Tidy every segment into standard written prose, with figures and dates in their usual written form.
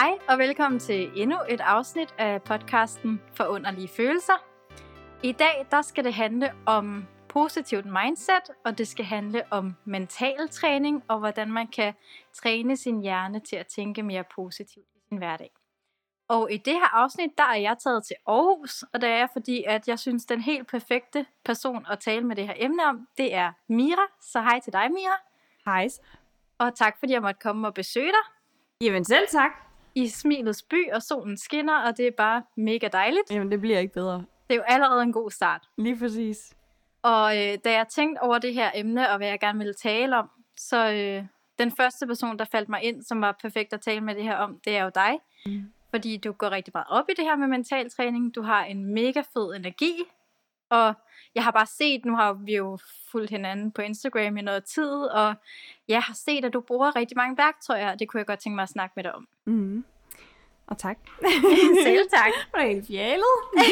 Hej og velkommen til endnu et afsnit af podcasten Forunderlige Følelser. I dag der skal det handle om positivt mindset, og det skal handle om mental træning og hvordan man kan træne sin hjerne til at tænke mere positivt i sin hverdag. Og i det her afsnit, der er jeg taget til Aarhus, og det er jeg, fordi at jeg synes, den helt perfekte person at tale med det her emne om, det er Mira. Så hej til dig, Mira. Hej. Og tak, fordi jeg måtte komme og besøge dig. Jamen selv tak. I smilets by, og solen skinner, og det er bare mega dejligt. Jamen det bliver ikke bedre. Det er jo allerede en god start. Lige præcis. Og da jeg tænkte over det her emne, og hvad jeg gerne ville tale om, så den første person, der faldt mig ind, som var perfekt at tale med det her om, det er jo dig. Fordi du går rigtig meget op i det her med mental træning. Du har en mega fed energi. Og jeg har bare set, nu har vi jo fulgt hinanden på Instagram i noget tid, og jeg har set, at du bruger rigtig mange værktøjer, og det kunne jeg godt tænke mig at snakke med dig om. Mm. Og tak. Selv tak. Det er helt fjælet.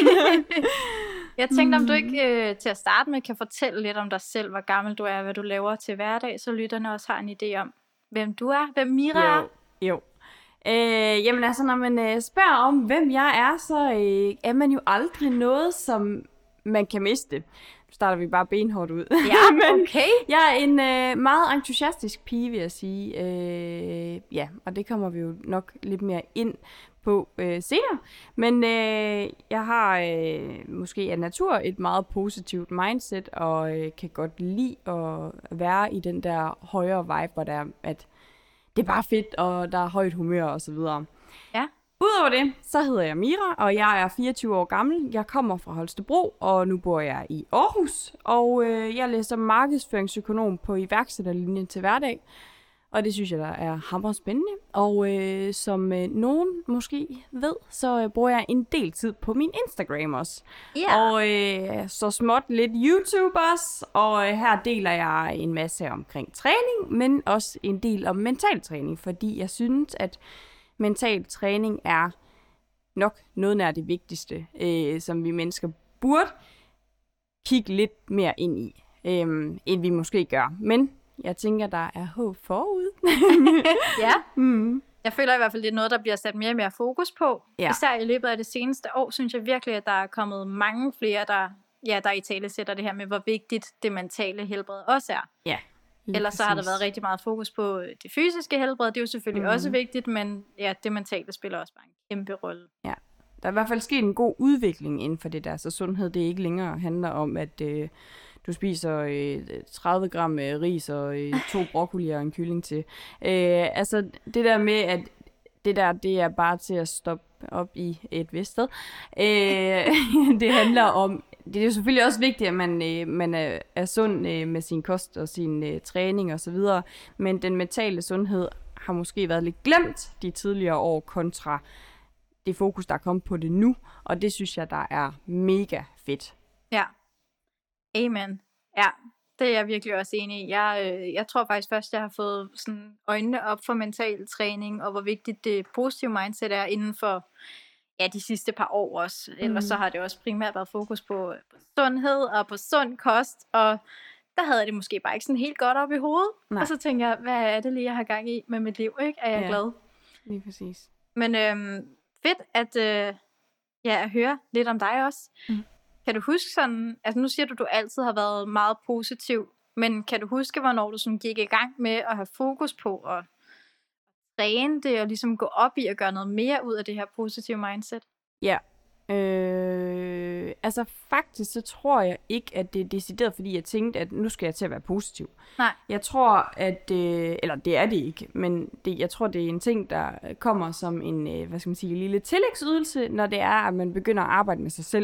Jeg tænkte, om du ikke til at starte med kan fortælle lidt om dig selv, hvor gammel du er, hvad du laver til hverdag, så lytterne også har en idé om, hvem du er, hvem Mira er. Jo. Jamen altså, når man spørger om, hvem jeg er, så er man jo aldrig noget, som man kan miste. Nu starter vi bare benhårdt ud. Ja, men okay. Jeg er en meget entusiastisk pige, vil jeg sige. Ja, og det kommer vi jo nok lidt mere ind på senere. Men jeg har måske af natur et meget positivt mindset, og kan godt lide at være i den der højere vibe, hvor der er, at det er bare fedt, og der er højt humør og så videre. Ja. Udover det, så hedder jeg Mira, og jeg er 24 år gammel. Jeg kommer fra Holstebro, og nu bor jeg i Aarhus. Og jeg læser markedsføringsøkonom på iværksætterlinjen til hverdag. Og det synes jeg, der er hammerspændende. Og som nogen måske ved, så bruger jeg en del tid på min Instagram også. Yeah. Og så småt lidt YouTube også. Og her deler jeg en masse omkring træning, men også en del om mental træning. Fordi jeg synes, at mental træning er nok noget nær det vigtigste, som vi mennesker burde kigge lidt mere ind i, end vi måske gør. Men jeg tænker, der er håb forud. Ja. Jeg føler i hvert fald, det er noget, der bliver sat mere og mere fokus på. Ja. Især i løbet af det seneste år, synes jeg virkelig, at der er kommet mange flere, der i tale sætter det her med, hvor vigtigt det mentale helbred også er. Ja. Ellers så har der været rigtig meget fokus på det fysiske helbred. Det er jo selvfølgelig også vigtigt, men ja, det mentale spiller også bare en kæmpe rolle. Ja, der er i hvert fald sket en god udvikling inden for det der. Så sundhed, det ikke længere handler om, at du spiser 30 gram ris og 2 broccoli og en kylling til. Altså det der med, at det er bare til at stoppe op i et vist sted. Det handler om, det er jo selvfølgelig også vigtigt, at man er sund med sin kost og sin træning og så videre, men den mentale sundhed har måske været lidt glemt de tidligere år kontra det fokus, der er kommet på det nu, og det synes jeg, der er mega fedt. Ja, amen. Ja, det er jeg virkelig også enig i. Jeg tror faktisk først, jeg har fået sådan øjnene op for mental træning, og hvor vigtigt det positive mindset er inden for de sidste par år også. Ellers så har det også primært været fokus på sundhed og på sund kost, og der havde jeg det måske bare ikke sådan helt godt op i hovedet. Nej. Og så tænker jeg, hvad er det lige, jeg har gang i med mit liv, ikke? Er jeg glad? Lige præcis. Men fedt at høre lidt om dig også. Kan du huske sådan, altså nu siger du altid har været meget positiv, men kan du huske, hvornår du sådan gik i gang med at have fokus på at træne det, og ligesom gå op i at gøre noget mere ud af det her positive mindset? Ja, altså faktisk så tror jeg ikke, at det er decideret, fordi jeg tænkte, at nu skal jeg til at være positiv. Nej. Jeg tror, at, eller det er det ikke, men jeg tror, det er en ting, der kommer som en, lille tillægsydelse, når det er, at man begynder at arbejde med sig selv.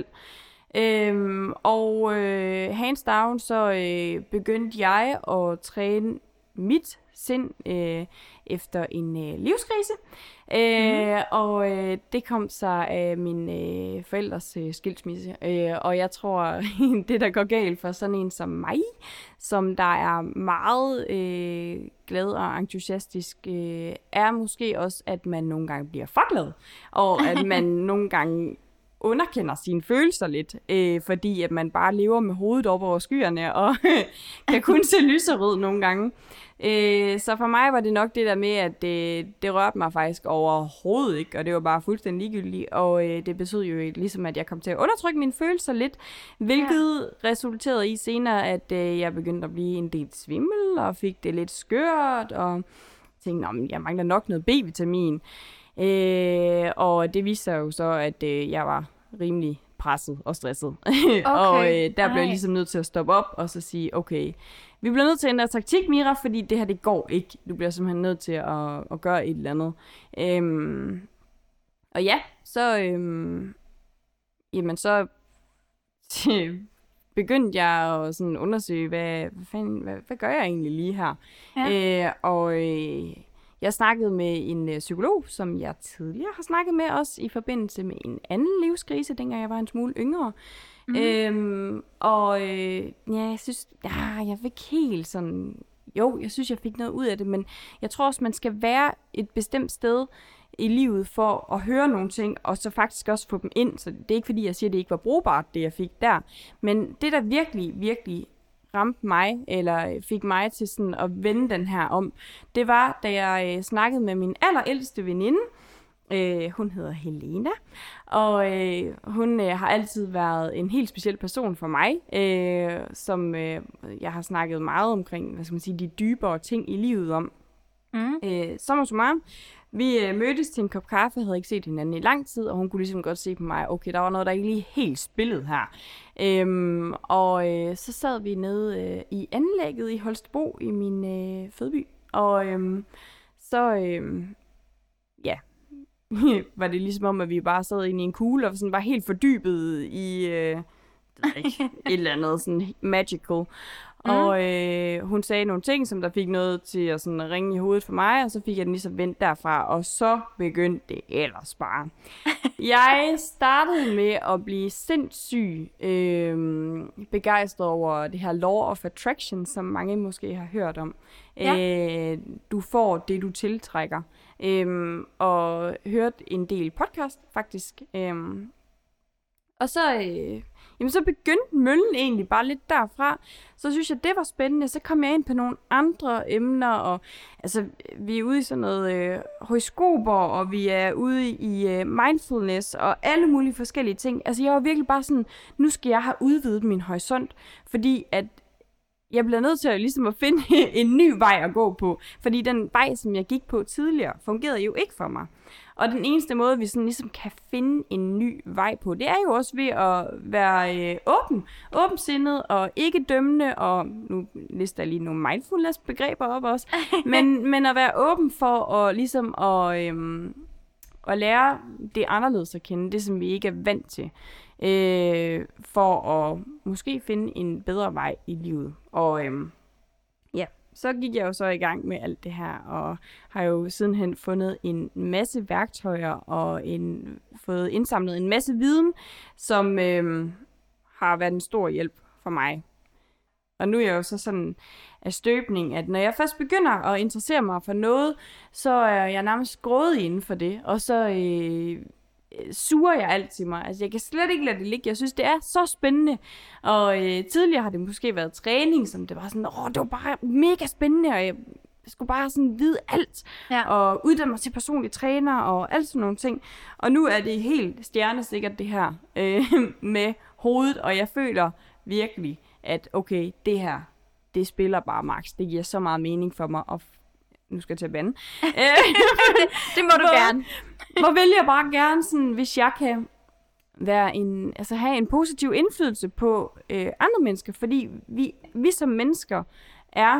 Hands down, så begyndte jeg at træne mit sind efter en livskrise. Og det kom sig af min forældres skilsmisse. Og jeg tror, det der går galt for sådan en som mig, som der er meget glad og entusiastisk, er måske også, at man nogle gange bliver for glad. Og at man nogle gange underkender sine følelser lidt, fordi at man bare lever med hovedet op over skyerne, og kan kun se lyserød nogle gange. Så for mig var det nok det der med, at det rørte mig faktisk overhovedet ikke, og det var bare fuldstændig ligegyldigt, og det betød jo ligesom, at jeg kom til at undertrykke mine følelser lidt, hvilket resulterede i senere, at jeg begyndte at blive en del svimmel, og fik det lidt skørt, og tænkte, jeg mangler nok noget B-vitamin. Og det viste sig jo så, at jeg var rimelig presset og stresset. Okay. Og der blev jeg ligesom nødt til at stoppe op og så sige, okay, vi bliver nødt til at ændre taktik, Mira, fordi det her, det går ikke. Du bliver simpelthen nødt til at gøre et eller andet. Og ja, så begyndte jeg at sådan undersøge, hvad gør jeg egentlig lige her? Ja. Jeg snakkede med en psykolog, som jeg tidligere har snakket med også i forbindelse med en anden livskrise, dengang jeg var en smule yngre. Jeg synes, jeg fik helt sådan... Jo, jeg synes, jeg fik noget ud af det, men jeg tror også, man skal være et bestemt sted i livet for at høre nogle ting, og så faktisk også få dem ind. Så det er ikke, fordi jeg siger, at det ikke var brugbart, det jeg fik der. Men det, der virkelig, virkelig ramte mig, eller fik mig til sådan at vende den her om, det var, da jeg snakkede med min allerældste veninde. Hun hedder Helena, og hun har altid været en helt speciel person for mig, som jeg har snakket meget omkring, de dybere ting i livet om. Summarum, vi mødtes til en kop kaffe, havde ikke set hinanden i lang tid, og hun kunne ligesom godt se på mig, okay, der var noget, der ikke lige helt spillede her. Så sad vi nede i anlægget i Holstebro i min fødeby, og var det ligesom om, at vi bare sad inde i en kugle, og sådan var helt fordybet i et eller andet sådan magical. Og hun sagde nogle ting, som der fik noget til at sådan ringe i hovedet for mig, og så fik jeg den ligesom vendt derfra, og så begyndte det ellers bare. Jeg startede med at blive sindssygt begejstret over det her Law of Attraction, som mange måske har hørt om. Ja. Du får det, du tiltrækker. Og hørte en del podcast, faktisk. Og så begyndte møllen egentlig bare lidt derfra. Så synes jeg, det var spændende. Så kom jeg ind på nogle andre emner, og altså, vi er ude i sådan noget horoskoper, og vi er ude i mindfulness, og alle mulige forskellige ting. Altså, jeg var virkelig bare sådan, nu skal jeg have udvidet min horisont, fordi at jeg bliver nødt til ligesom at finde en ny vej at gå på, fordi den vej, som jeg gik på tidligere, fungerede jo ikke for mig. Og den eneste måde, vi sådan ligesom kan finde en ny vej på, det er jo også ved at være åbensindet og ikke dømmende, og nu lister jeg lige nogle mindfulness-begreber op også, men at være åben for at ligesom at lære det anderledes at kende, det som vi ikke er vant til, for at måske finde en bedre vej i livet. Og så gik jeg jo så i gang med alt det her, og har jo sidenhen fundet en masse værktøjer, og fået indsamlet en masse viden, som har været en stor hjælp for mig. Og nu er jeg jo så sådan af støbning, at når jeg først begynder at interessere mig for noget, så er jeg nærmest grådig inden for det, og så suger jeg alt til mig. Altså, jeg kan slet ikke lade det ligge. Jeg synes, det er så spændende. Og tidligere har det måske været træning, som det var sådan, det var bare mega spændende, og jeg skulle bare sådan vide alt, og uddanne mig til personlig træner, og alt sådan nogle ting. Og nu er det helt stjernesikkert, det her med hovedet, og jeg føler virkelig, at okay, det her, det spiller bare max. Det giver så meget mening for mig, og nu skal jeg til at bande. Det må du gerne. Hvor vil jeg bare gerne, sådan, hvis jeg kan være have en positiv indflydelse på andre mennesker, fordi vi som mennesker er,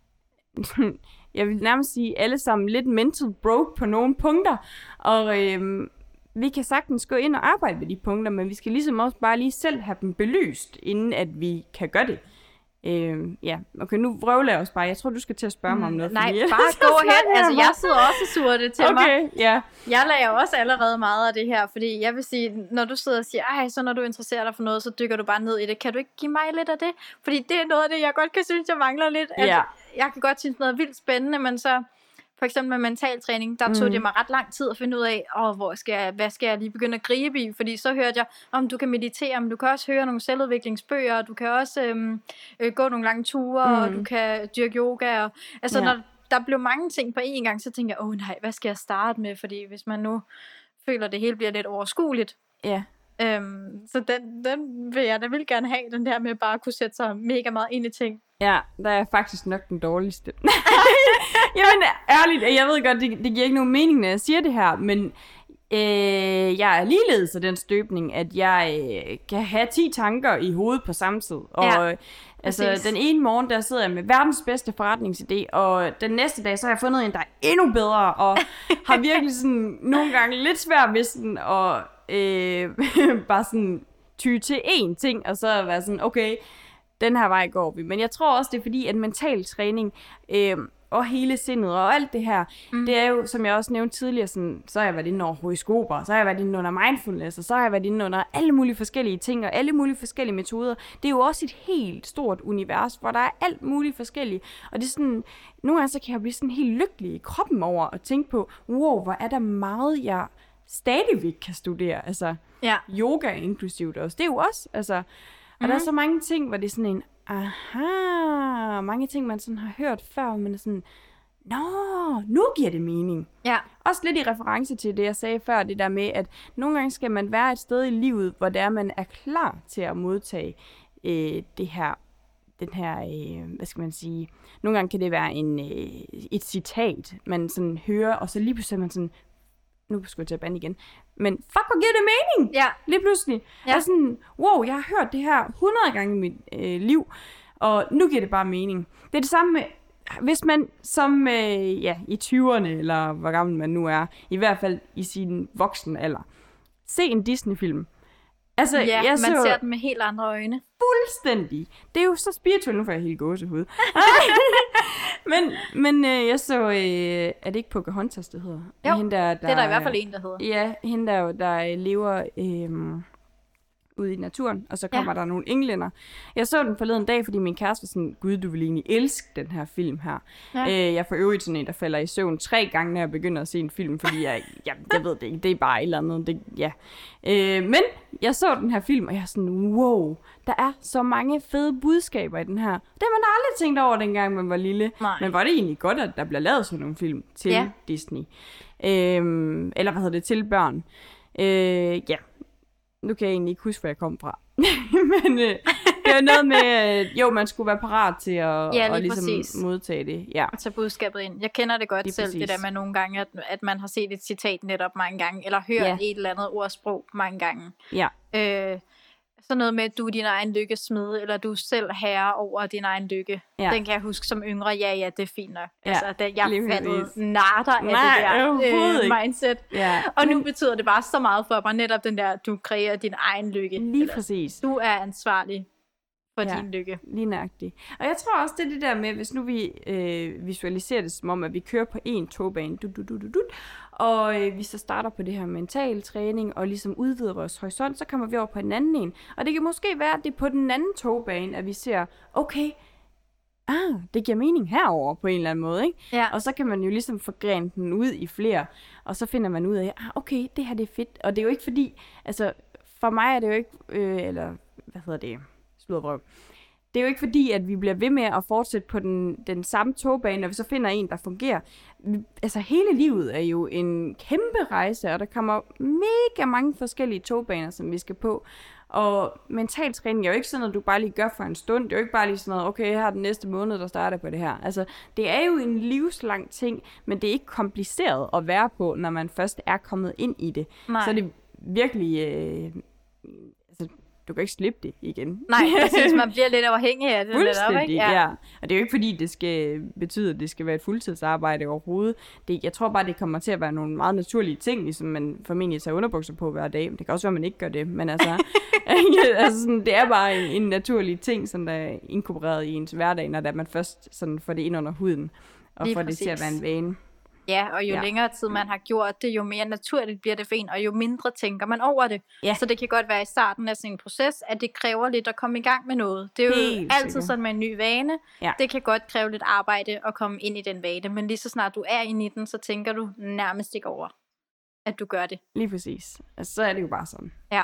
jeg vil nærmest sige, alle sammen lidt mental broke på nogle punkter, og vi kan sagtens gå ind og arbejde med de punkter, men vi skal ligesom også bare lige selv have dem belyst, inden at vi kan gøre det. Okay, nu vrøvler jeg også bare. Jeg tror, du skal til at spørge mig om noget. Nej, bare gå hen. Altså, jeg sidder også og suger det til mig. Yeah. Jeg lærer jo også allerede meget af det her, fordi jeg vil sige, når du sidder og siger, så når du interesserer dig for noget, så dykker du bare ned i det. Kan du ikke give mig lidt af det? Fordi det er noget af det, jeg godt kan synes, jeg mangler lidt. Yeah. Jeg kan godt synes noget vildt spændende, men så For eksempel med mentaltræning, der tog det mig ret lang tid at finde ud af, hvad skal jeg lige begynde at gribe i? Fordi så hørte jeg, om du kan meditere, men du kan også høre nogle selvudviklingsbøger, du kan også gå nogle lange ture, og du kan dyrke yoga. Og, altså, når der blev mange ting på én gang, så tænkte jeg, nej, hvad skal jeg starte med? Fordi hvis man nu føler, at det hele bliver lidt overskueligt, så den vil jeg da vil gerne have, den der med bare at kunne sætte sig mega meget ind i ting. Ja, der er faktisk nok den dårligste. Jamen, ærligt, jeg ved godt, det giver ikke nogen mening, når jeg siger det her, men jeg er ligeledes af den støbning, at jeg kan have 10 tanker i hovedet på samme tid. Og altså, den ene morgen, der sidder jeg med verdens bedste forretningsidé, og den næste dag, så har jeg fundet en, der er endnu bedre, og har virkelig sådan nogle gange lidt svært ved sådan, og bare sådan ty til én ting, og så være sådan, okay, den her vej går vi. Men jeg tror også, det er fordi, at mental træning og hele sindet og alt det her, det er jo, som jeg også nævnte tidligere, sådan, så har jeg været inde over horoskoper, så har jeg været inde under mindfulness, og så har jeg været inde under alle mulige forskellige ting, og alle mulige forskellige metoder. Det er jo også et helt stort univers, hvor der er alt muligt forskelligt. Og det er sådan, nogle gange så kan jeg blive sådan helt lykkelig i kroppen over at tænke på, wow, hvor er der meget, jeg stadigvæk kan studere. Altså, yoga inklusivt også. Det er jo også, altså. Og der er så mange ting, hvor det er sådan en, mange ting, man sådan har hørt før, men er sådan, nu giver det mening. Ja. Også lidt i reference til det, jeg sagde før, det der med, at nogle gange skal man være et sted i livet, hvor det er, man er klar til at modtage den her, hvad skal man sige, nogle gange kan det være et citat, man sådan hører, og så lige pludselig er man sådan, nu skal jeg til at bande igen, men fuck, hvor giver det mening? Ja. Lige pludselig. Ja. Og sådan, wow, jeg har hørt det her 100 gange i mit liv, og nu giver det bare mening. Det er det samme med, hvis man som i 20'erne, eller hvor gammel man nu er, i hvert fald i sin voksne alder, se en Disney-film. Altså, man ser den med helt andre øjne. Fuldstændig. Det er jo så spirituelt, nu får jeg helt gåsehud. men jeg så, er det ikke Pocahontas, det hedder? Jo, hende det er der i hvert fald en, der hedder. Ja, hende der lever ude i naturen, og så kommer der nogle englænder. Jeg så den forleden dag, fordi min kæreste var sådan, gud, du vil egentlig elske den her film her. Ja. Jeg får øvrigt sådan en, der falder i søvn 3 gange, når jeg begynder at se en film, fordi jeg ved det ikke, det er bare et eller andet. Men jeg så den her film, og jeg er sådan, wow, der er så mange fede budskaber i den her. Det har man aldrig tænkt over, dengang man var lille. Nej. Men var det egentlig godt, at der bliver lavet sådan nogle film til Disney? Eller hvad hedder det, til børn? Nu kan jeg egentlig ikke huske, hvor jeg kom fra. Men det er noget med, man skulle være parat til at ligesom modtage det. Ja. Og tage budskabet ind. Jeg kender det godt lige selv, præcis. Det der med nogle gange, at man har set et citat netop mange gange, eller hørt et eller andet ordsprog mange gange. Ja. Sådan noget med, at du er din egen lykkesmed, eller du er selv herre over din egen lykke. Ja. Den kan jeg huske som yngre, det er fint nok. Ja. Altså, jeg faldt narter af det der mindset. Ja. Og nu betyder det bare så meget for mig, netop den der, du kreerer din egen lykke. Lige præcis. Du er ansvarlig for din lykke. Lige nøjagtigt. Og jeg tror også, det er det der med, hvis nu vi visualiserer det som om, at vi kører på en togbane, og vi så starter på det her mental træning, og ligesom udvider vores horisont, så kommer vi over på en anden en. Og det kan måske være, at det er på den anden togbane, at vi ser, okay, det giver mening herover på en eller anden måde, ikke? Ja. Og så kan man jo ligesom forgrene den ud i flere, og så finder man ud af, okay, det her det er fedt. Og det er jo ikke fordi, altså for mig er det jo ikke, det er jo ikke fordi, at vi bliver ved med at fortsætte på den samme togbane, når vi så finder en, der fungerer. Altså hele livet er jo en kæmpe rejse, og der kommer mega mange forskellige togbaner, som vi skal på. Og mental træning er jo ikke sådan noget, du bare lige gør for en stund. Det er jo ikke bare lige sådan noget, okay, her er den næste måned, der starter på det her. Altså, det er jo en livslang ting, men det er ikke kompliceret at være på, når man først er kommet ind i det. Nej. Så er det virkelig... du kan ikke slippe det igen. Nej, præcis, man bliver lidt afhængig af det. Fuldstændig, ikke? Ja. Og det er jo ikke fordi, det skal betyde, at det skal være et fuldtidsarbejde overhovedet. Jeg tror bare, det kommer til at være nogle meget naturlige ting, ligesom man formentlig tager underbukser på hver dag. Det kan også være, at man ikke gør det, men altså, sådan, det er bare en naturlig ting, som der er inkorporeret i ens hverdag, når man først sådan får det ind under huden, og lige får præcis. Det til at være en vane. Ja, og jo længere tid man har gjort det, jo mere naturligt bliver det for en, og jo mindre tænker man over det. Ja. Så det kan godt være i starten af sin proces, at det kræver lidt at komme i gang med noget. Det er jo altid sådan med en ny vane. Ja. Det kan godt kræve lidt arbejde at komme ind i den vane, men lige så snart du er inde i den, så tænker du nærmest ikke over, at du gør det. Lige præcis. Altså, så er det jo bare sådan. Ja.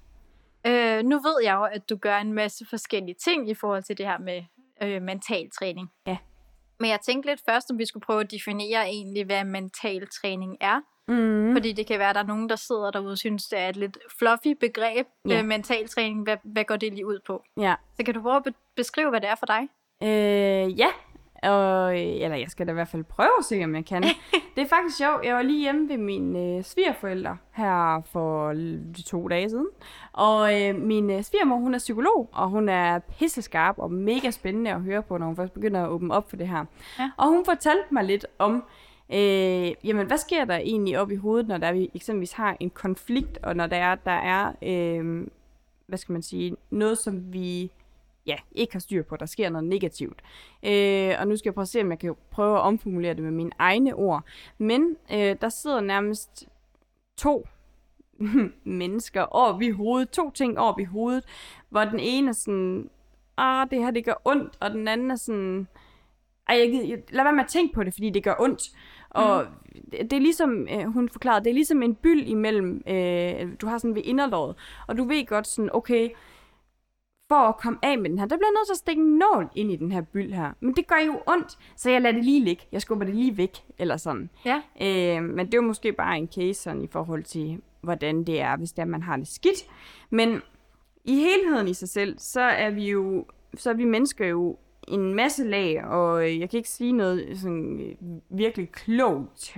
Nu ved jeg jo, at du gør en masse forskellige ting i forhold til det her med mental træning. Ja. Men jeg tænkte lidt først, om vi skulle prøve at definere egentlig, hvad mental træning er. Fordi det kan være, at der er nogen, der sidder derude og synes, det er et lidt fluffy begreb. Mental træning, hvad går det lige ud på? Ja. Så kan du prøve at beskrive, hvad det er for dig? Ja. Eller jeg skal da i hvert fald prøve at se, om jeg kan. Det er faktisk sjovt. Jeg var lige hjemme ved mine svigerforældre her for 2 dage siden. Og min svigermor, hun er psykolog, og hun er pisseskarp og mega spændende at høre på, når hun først begynder at åbne op for det her. Ja. Og hun fortalte mig lidt om, jamen hvad sker der egentlig op i hovedet, når vi eksempelvis har en konflikt, og når der er hvad skal man sige, noget, som vi ikke har styr på, der sker noget negativt. Og nu skal jeg prøve at se, om jeg kan prøve at omformulere det med mine egne ord. Men der sidder nærmest 2 mennesker oppe i hovedet, 2 ting oppe i hovedet, hvor den ene er sådan, det her, det gør ondt, og den anden er sådan, lad være med at tænke på det, fordi det gør ondt. Og det er ligesom, hun forklarede, det er ligesom en byld imellem, du har sådan ved inderlåret, og du ved godt sådan, okay, for at komme af med den her, der bliver jeg nødt til at stikke en nål ind i den her byld her. Men det gør jo ondt, så jeg lader det lige ligge. Jeg skubber det lige væk, eller sådan. Ja. Men det er jo måske bare en case sådan, i forhold til, hvordan det er, hvis det er, man har det skidt. Men i helheden i sig selv, så er vi mennesker jo en masse lag, og jeg kan ikke sige noget sådan virkelig klogt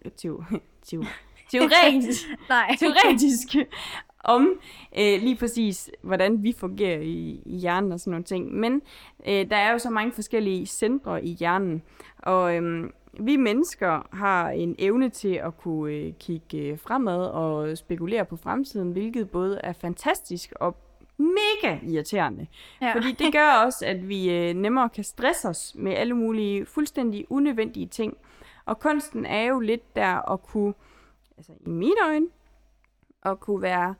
teoretisk om lige præcis, hvordan vi fungerer i hjernen og sådan nogle ting. Men der er jo så mange forskellige centre i hjernen, og vi mennesker har en evne til at kunne kigge fremad og spekulere på fremtiden, hvilket både er fantastisk og mega irriterende. Ja. Fordi det gør også, at vi nemmere kan stresse os med alle mulige fuldstændig unødvendige ting. Og kunsten er jo lidt der at kunne, altså i mine øjne, at kunne være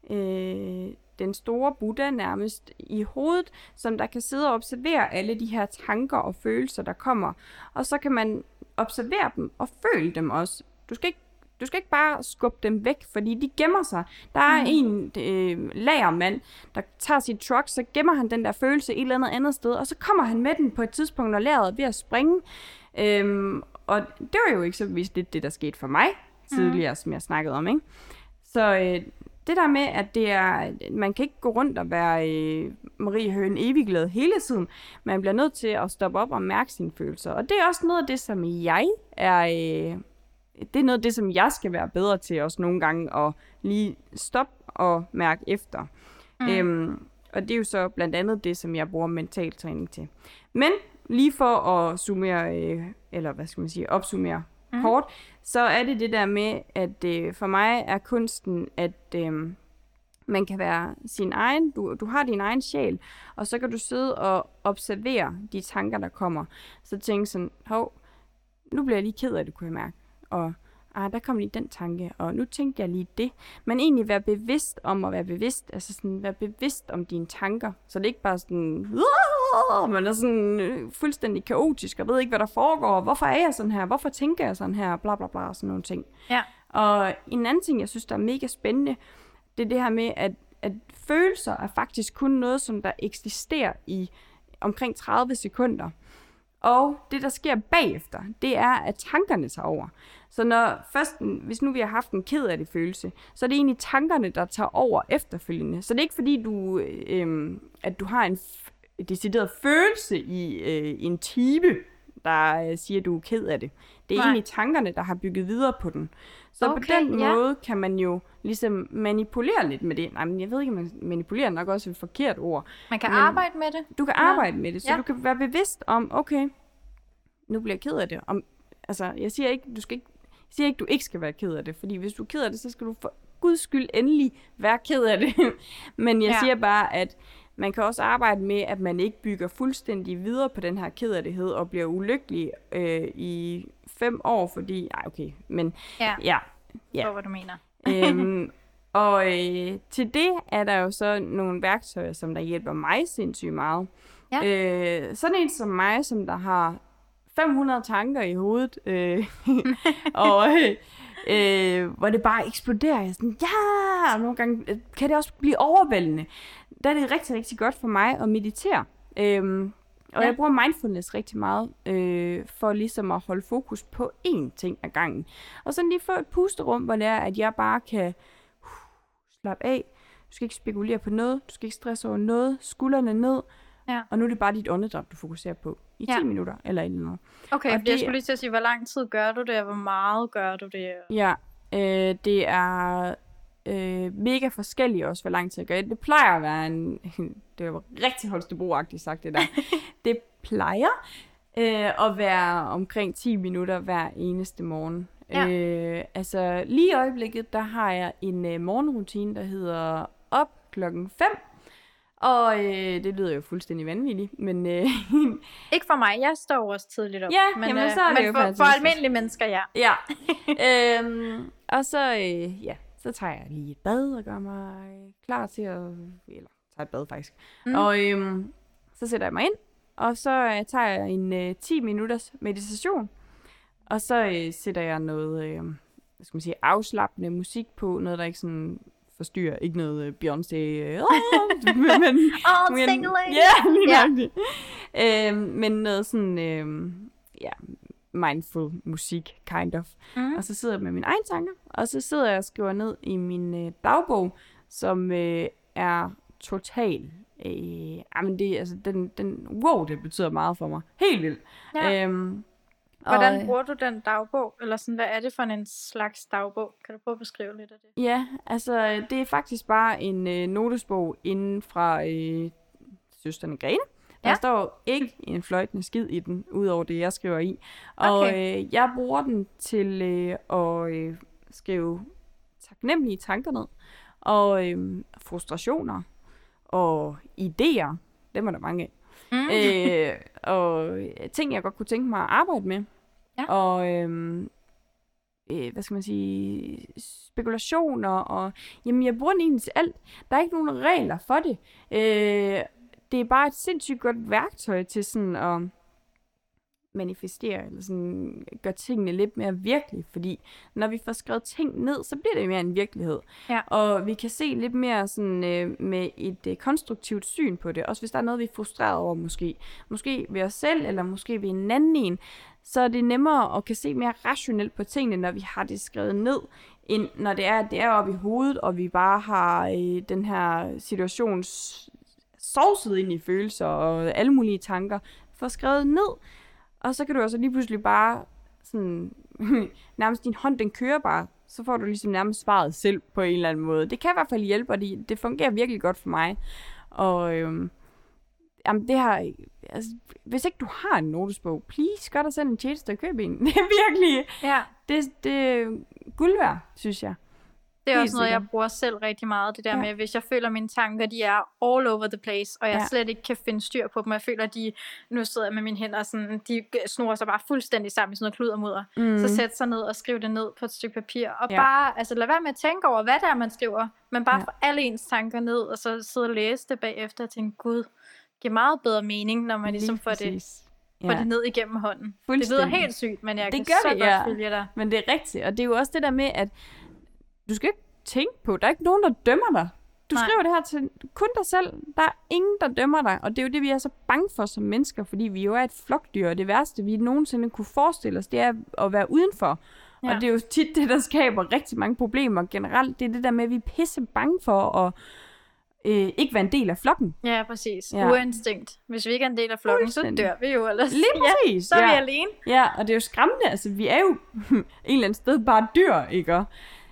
den store Buddha nærmest i hovedet, som der kan sidde og observere alle de her tanker og følelser, der kommer. Og så kan man observere dem og føle dem også. Du skal ikke bare skubbe dem væk, fordi de gemmer sig. Der er en lagermand, der tager sit truck, så gemmer han den der følelse et eller andet sted, og så kommer han med den på et tidspunkt, når lageret er ved at springe. Og det var jo eksempelvis det, der skete for mig tidligere, som jeg snakkede om, ikke? Så det der med, at man kan ikke gå rundt og være Marie Høen evigglad hele tiden. Man bliver nødt til at stoppe op og mærke sine følelser. Og det er også noget af det, som det er noget af det, som jeg skal være bedre til også nogle gange, at lige stoppe og mærke efter. Og det er jo så blandt andet det, som jeg bruger mental træning til. Men lige for at opsummere kort, så er det der med, at for mig er kunsten, at man kan være sin egen, du har din egen sjæl, og så kan du sidde og observere de tanker, der kommer. Så tænk sådan, nu bliver jeg lige ked af det, kunne jeg mærke. Og der kom lige den tanke, og nu tænkte jeg lige det. Men egentlig være bevidst om at være bevidst, altså sådan være bevidst om dine tanker, så det ikke bare sådan, man er sådan fuldstændig kaotisk, og ved ikke, hvad der foregår, hvorfor er jeg sådan her, hvorfor tænker jeg sådan her, bla bla bla, og sådan nogle ting. Ja. Og en anden ting, jeg synes, der er mega spændende, det er det her med, at følelser er faktisk kun noget, som der eksisterer i omkring 30 sekunder. Og det, der sker bagefter, det er, at tankerne tager over. Så hvis nu vi har haft en ked af det følelse, så er det egentlig tankerne, der tager over efterfølgende. Så det er ikke fordi, at du har en decideret følelse i en type, der siger, at du er ked af det. Det er egentlig tankerne, der har bygget videre på den. Så på den måde kan man jo ligesom manipulere lidt med det. Nej, men jeg ved ikke, man manipulerer nok også et forkert ord. Man kan arbejde med det. Du kan arbejde med det, så du kan være bevidst om, okay, nu bliver jeg ked af det. Jeg siger ikke, du ikke skal være ked af det, fordi hvis du er ked af det, så skal du for Guds skyld endelig være ked af det. Men jeg siger bare, at Man kan også arbejde med, at man ikke bygger fuldstændig videre på den her kederlighed og bliver ulykkelig i 5 år, fordi... Ej, okay, men... Ja. Det hvad du mener. Og til det er der jo så nogle værktøjer, som der hjælper mig sindssygt meget. Ja. Sådan en som mig, som der har 500 tanker i hovedet, og hvor det bare eksploderer. Jeg sådan, ja! Og nogle gange kan det også blive overvældende. Der er det rigtig, rigtig godt for mig at meditere. Og jeg bruger mindfulness rigtig meget, for ligesom at holde fokus på én ting ad gangen. Og sådan lige få et pusterum, hvor det er, at jeg bare kan slappe af. Du skal ikke spekulere på noget. Du skal ikke stresse over noget. Skuldrene ned. Ja. Og nu er det bare dit åndedræt, du fokuserer på. I 10 minutter eller et eller andet. Okay, og jeg skulle lige til at sige, hvor lang tid gør du det, og hvor meget gør du det? Ja, det er mega forskelligt også, hvor lang tid jeg gør det. Det plejer at være det var rigtig Holstebro-agtigt sagt det der. Det plejer at være omkring 10 minutter hver eneste morgen. Ja. Altså lige i øjeblikket, der har jeg en morgenrutine, der hedder op 5:00. Og det lyder jo fuldstændig vanvittigt, men... Ikke for mig, jeg står også tidligt op. Ja, men så er det men for almindelige mennesker, ja. Ja. Og så, så tager jeg lige et bad og gør mig klar til at... Eller tager et bad faktisk. Og så sætter jeg mig ind, og så tager jeg en 10 minutters meditation. Og så sætter jeg noget, afslappende musik på, noget der ikke sådan... forstyrrer. Ikke noget Beyoncé. Men noget sådan, mindful musik, kind of. Og så sidder jeg med mine egne tanker, og så sidder jeg og skriver ned i min dagbog, som er total. Men det, altså, det betyder meget for mig. Helt vildt. Ja. Hvordan bruger du den dagbog? Eller sådan, hvad er det for en slags dagbog? Kan du prøve at beskrive lidt af det? Ja, altså det er faktisk bare en notesbog inden fra Søstrene Grene. Der står ikke en fløjtende skid i den, udover det, jeg skriver i. Og jeg bruger den til at skrive taknemmelige tanker ned. Og frustrationer. Og idéer. Dem er der mange af. Og ting, jeg godt kunne tænke mig at arbejde med. Ja. Og hvad skal man sige, spekulationer, og jamen, jeg bruger den egentlig til alt. Der er ikke nogen regler for det. Det er bare et sindssygt godt værktøj til sådan at manifestere, eller sådan gøre tingene lidt mere virkelige, fordi når vi får skrevet ting ned, så bliver det mere en virkelighed. Ja. Og vi kan se lidt mere sådan med et konstruktivt syn på det. Også hvis der er noget, vi er frustreret over måske ved os selv, eller måske ved en anden en, så er det nemmere at kan se mere rationelt på tingene, når vi har det skrevet ned, end når det er oppe i hovedet, og vi bare har den her situation sovset ind i følelser og alle mulige tanker, for skrevet ned. Og så kan du også lige pludselig bare sådan, nærmest din hånd, den kører bare, så får du ligesom nærmest svaret selv på en eller anden måde. Det kan i hvert fald hjælpe, og det fungerer virkelig godt for mig. Og jamen det her, altså, hvis ikke du har en notesbog, please, gør dig selv en tjeneste og køb en. Det er virkelig, det er guld værd, synes jeg. Det er også noget, jeg bruger selv rigtig meget, det der med, hvis jeg føler, at mine tanker, de er all over the place, og jeg slet ikke kan finde styr på dem, og jeg føler, at nu sidder jeg med mine hænder, sådan, de snor sig bare fuldstændig sammen i sådan noget kludermudder. Så sæt sig ned og skriv det ned på et stykke papir, og bare, altså lad være med at tænke over, hvad det er, man skriver, men bare få alle ens tanker ned, og så sidde og læse det bagefter, og tænke, gud, det giver meget bedre mening, når man ligesom får det ned igennem hånden. Det lyder helt sygt, men jeg kan så godt følge dig. Men det er rigtigt, og det er jo også det der med, at du skal ikke tænke på, der er ikke nogen, der dømmer dig. Du skriver det her til kun dig selv. Der er ingen, der dømmer dig. Og det er jo det, vi er så bange for som mennesker, fordi vi jo er et flokdyr, og det værste, vi nogensinde kunne forestille os, det er at være udenfor. Ja. Og det er jo tit det, der skaber rigtig mange problemer generelt. Det er det der med, at vi er pisse bange for at ikke være en del af flokken. Ja, præcis. Uinstinkt. Hvis vi ikke er en del af flokken, så dør vi jo ellers. Lige præcis. Så er vi alene. Ja, og det er jo skræmmende. Altså, vi er jo en eller anden sted bare dyr, ikke?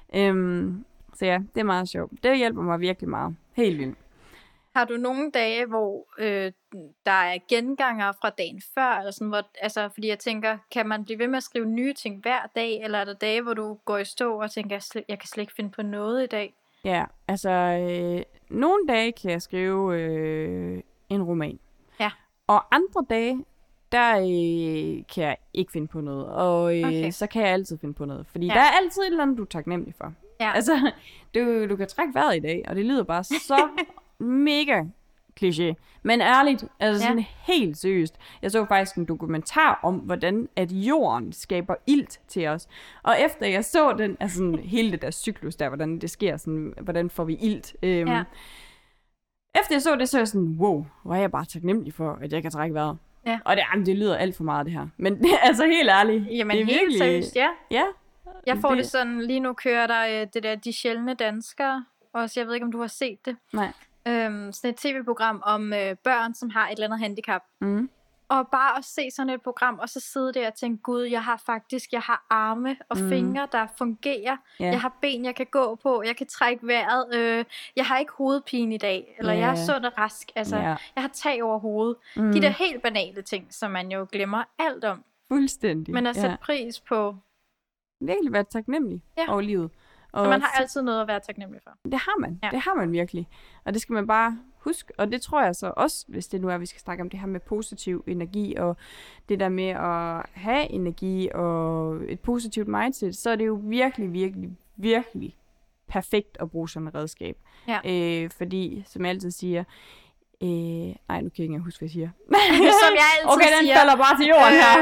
Så ja, det er meget sjovt. Det hjælper mig virkelig meget. Helt vildt. Har du nogle dage, hvor der er genganger fra dagen før, eller sådan, hvor, altså, fordi jeg tænker, kan man blive ved med at skrive nye ting hver dag, eller er der dage, hvor du går i stå og tænker, jeg kan slet ikke finde på noget i dag? Ja, altså nogle dage kan jeg skrive en roman. Ja. Og andre dage, der kan jeg ikke finde på noget. Og Okay. så kan jeg altid finde på noget. Fordi Ja. der er altid et eller andet, du er taknemmelig for. Ja. Altså, du kan trække vejret i dag, og det lyder bare så mega kliché. Men ærligt, altså sådan helt seriøst. Jeg så faktisk en dokumentar om, hvordan at jorden skaber ilt til os. Og efter jeg så den, altså sådan, hele det der cyklus der, hvordan det sker, sådan, hvordan får vi ilt. Efter jeg så det, så er jeg sådan, wow, hvor er jeg bare taknemmelig for, at jeg kan trække vejret. Ja. Og det lyder alt for meget, det her. Men altså helt ærligt. Jamen det er helt virkelig, seriøst, ja. Ja. Jeg får det sådan, lige nu kører der det der De Sjældne Danskere. Også, jeg ved ikke, om du har set det. Nej. Sådan et tv-program om børn, som har et eller andet handicap. Mm. Og bare at se sådan et program, og så sidde der og tænke, gud, jeg har arme og fingre, der fungerer. Yeah. Jeg har ben, jeg kan gå på. Jeg kan trække vejret. Jeg har ikke hovedpine i dag. Eller jeg er sund og rask. Altså, jeg har tag over hovedet. De der helt banale ting, som man jo glemmer alt om. Fuldstændig. Men at sætte pris på. Virkelig være taknemmelig over livet. Og så man har altid noget at være taknemmelig for. Det har man. Ja. Det har man virkelig. Og det skal man bare huske. Og det tror jeg så også, hvis det nu er, vi skal snakke om det her med positiv energi, og det der med at have energi, og et positivt mindset, så er det jo virkelig, virkelig, virkelig perfekt at bruge sådan et redskab. Ja. Fordi, som jeg altid siger, nej, nu kan jeg ikke engang huske, hvad jeg siger. Som jeg altid okay, den siger. falder bare til jorden her.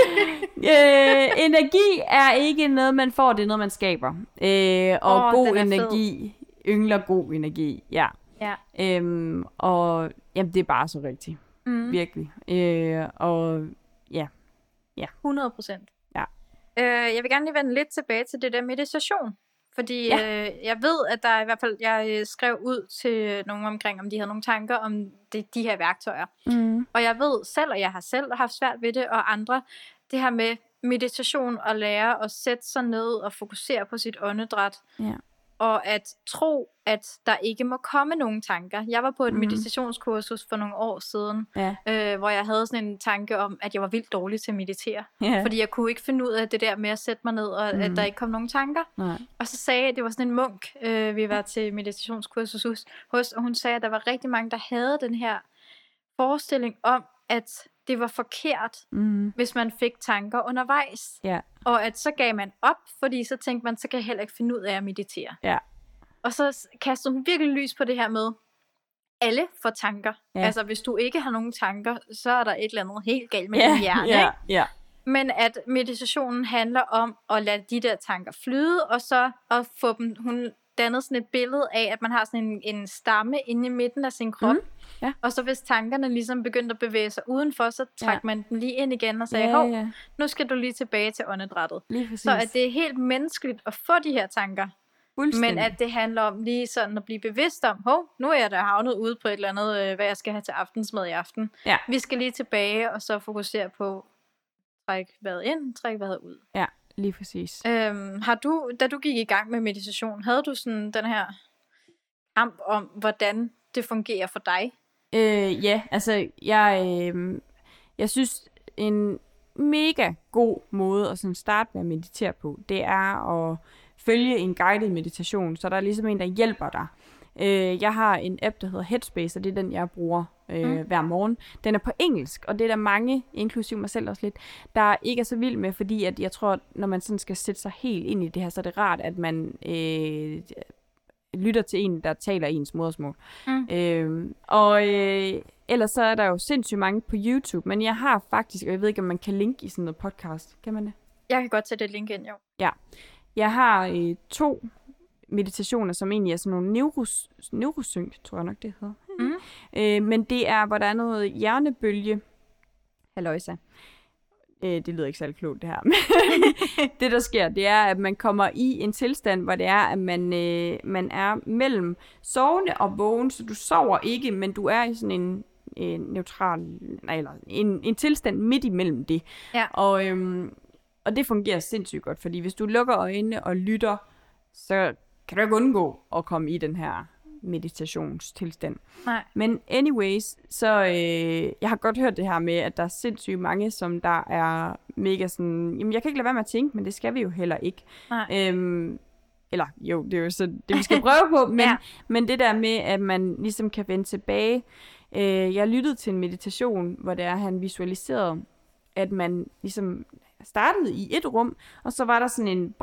Energi er ikke noget, man får, det er noget, man skaber. Og god energi yngler god energi. Ja. Og jamen, det er bare så rigtigt. Virkelig. Og ja. 100%. Ja. Jeg vil gerne lige vende lidt tilbage til det der meditation. Fordi jeg ved, at der i hvert fald, jeg skrev ud til nogen omkring, om de havde nogle tanker om de her værktøjer. Og jeg ved selv, og jeg har selv haft svært ved det, og andre, det her med meditation og lære at sætte sig ned og fokusere på sit åndedræt. Ja. Og at tro, at der ikke må komme nogen tanker. Jeg var på et meditationskursus for nogle år siden, hvor jeg havde sådan en tanke om, at jeg var vildt dårlig til at meditere. Fordi jeg kunne ikke finde ud af det der med at sætte mig ned, og at der ikke kom nogen tanker. Nej. Og så sagde jeg, at det var sådan en munk, vi var til meditationskursus hos, og hun sagde, at der var rigtig mange, der havde den her forestilling om, at det var forkert, hvis man fik tanker undervejs. Ja. Og at så gav man op, fordi så tænkte man, så kan jeg heller ikke finde ud af at meditere. Ja. Og så kastede hun virkelig lys på det her med, alle får tanker. Ja. Altså hvis du ikke har nogen tanker, så er der et eller andet helt galt med din hjerne. Ja. Ikke? Ja. Men at meditationen handler om at lade de der tanker flyde, og så at få dem, hun dannede sådan et billede af, at man har sådan en stamme inde i midten af sin krop. Ja. Og så hvis tankerne ligesom begyndte at bevæge sig udenfor, så trak man den lige ind igen og sagde, nu skal du lige tilbage til åndedrættet. Så at det er helt menneskeligt at få de her tanker. Men at det handler om lige sådan at blive bevidst om, nu er jeg da havnet ude på et eller andet, hvad jeg skal have til aftensmad i aften. Ja. Vi skal lige tilbage og så fokusere på træk vejret ind, træk vejret ud. Ja, lige præcis. Har du, da du gik i gang med meditation, havde du sådan den her kamp om, hvordan det fungerer for dig? Ja, altså jeg synes en mega god måde at sådan starte med at meditere på, det er at følge en guided meditation, så der er ligesom en, der hjælper dig. Jeg har en app, der hedder Headspace, og det er den, jeg bruger hver morgen. Den er på engelsk, og det er der mange, inklusive mig selv også lidt, der ikke er så vild med, fordi at jeg tror, når man sådan skal sætte sig helt ind i det her, så er det rart, at man lytter til en, der taler ens modersmål. Ellers så er der jo sindssygt mange på YouTube, men jeg har faktisk, og jeg ved ikke, om man kan linke i sådan noget podcast. Kan man det? Jeg kan godt sætte et link ind, jo. Ja. Jeg har 2 meditationer, som egentlig er sådan nogle neurosync, tror jeg nok, det hedder. Men det er, hvor der er noget hjernebølge. Halløjsa. Det lyder ikke særlig klogt, det her. Det, der sker, det er, at man kommer i en tilstand, hvor det er, at man er mellem sovende og vågen, så du sover ikke, men du er i sådan en neutral, eller en tilstand midt imellem det. Ja. Og det fungerer sindssygt godt, fordi hvis du lukker øjnene og lytter, så kan du ikke undgå at komme i den her meditationstilstand. Nej. Men anyways, så jeg har godt hørt det her med, at der er sindssygt mange, som der er mega sådan, jamen jeg kan ikke lade være med at tænke, men det skal vi jo heller ikke. eller jo, det er jo så det, vi skal prøve på, men, Ja. men det der med, at man ligesom kan vende tilbage. Jeg lyttede til en meditation, hvor det er, han visualiserede, at man ligesom startede i et rum, og så var der sådan en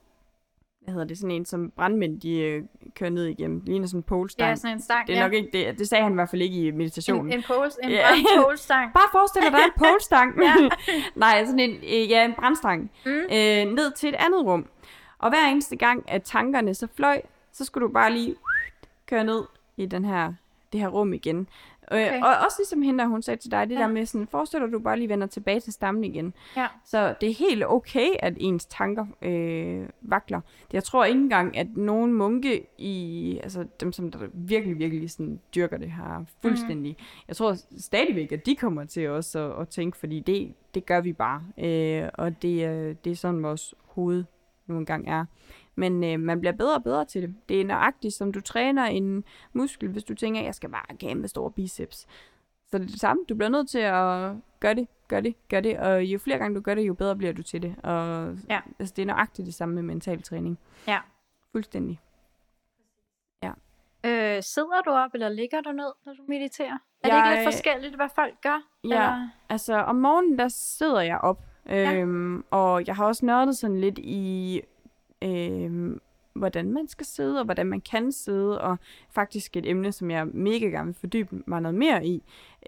sådan en, som brandmænd, de kører ned igennem. Det ligner sådan en polestang. Ja, sådan en stang, Det er nok ikke det. Det sagde han i hvert fald ikke i meditationen. En brandpolestang. Bare forestil dig, der er en polestang. Ja. Nej, sådan en brandstang. Ned til et andet rum. Og hver eneste gang, at tankerne så fløj, så skulle du bare lige køre ned i det her rum igen. Okay. Og også ligesom hende, hun sagde til dig, det der med sådan, forestil dig, at du bare lige vender tilbage til stammen igen. Ja. Så det er helt okay, at ens tanker vakler. Jeg tror ikke engang, at nogen munke altså dem, som der virkelig, virkelig sådan dyrker det her fuldstændig. Jeg tror stadigvæk, at de kommer til også at tænke, fordi det gør vi bare. Og det er sådan, vores hoved nogle gange er. Men man bliver bedre og bedre til det. Det er nøjagtigt, som du træner en muskel, hvis du tænker, jeg skal bare have kæmpe store biceps. Så det er det samme. Du bliver nødt til at gøre det. Og jo flere gange du gør det, jo bedre bliver du til det. Og altså, det er nøjagtigt det samme med mental træning. Ja. Fuldstændig. Ja. Sidder du op, eller ligger du ned, når du mediterer? Er det ikke lidt forskelligt, hvad folk gør? Ja, eller? altså om morgenen, der sidder jeg op. Og jeg har også nørdet sådan lidt i hvordan man skal sidde, og hvordan man kan sidde, og faktisk et emne, som jeg mega gerne vil fordybe mig noget mere i.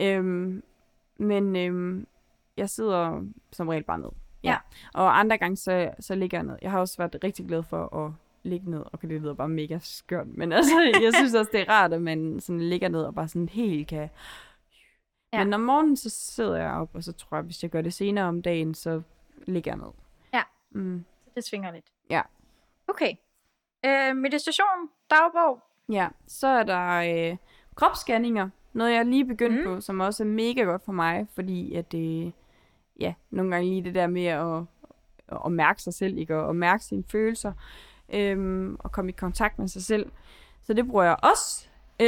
Men jeg sidder som regel bare ned. Ja. Og andre gange, så ligger jeg ned. Jeg har også været rigtig glad for at ligge ned, og det lyder bare mega skørt, men altså, jeg synes også, det er rart, at man sådan ligger ned, og bare sådan helt kan... Ja. Men om morgenen, så sidder jeg op, og så tror jeg, hvis jeg gør det senere om dagen, så ligger jeg ned. Ja, det svinger lidt. Ja. Okay. Meditation, dagbog. Ja, så er der kropsscanninger. Noget, jeg lige begyndt på, som også er mega godt for mig, fordi at nogle gange lige det der med at mærke sig selv, ikke? Og mærke sine følelser, og komme i kontakt med sig selv. Så det bruger jeg også.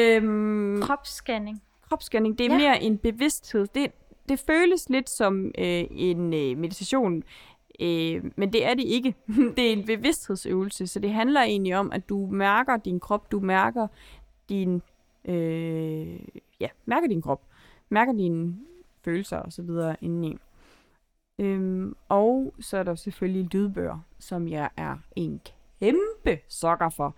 Kropsscanning, det er mere en bevidsthed. Det føles lidt som en meditation, men det er det ikke. Det er en bevidsthedsøvelse, så det handler egentlig om, at du mærker din krop, du mærker mærker din krop, mærker dine følelser og så videre indeni. Og så er der selvfølgelig lydbøger, som jeg er en kæmpe sokker for.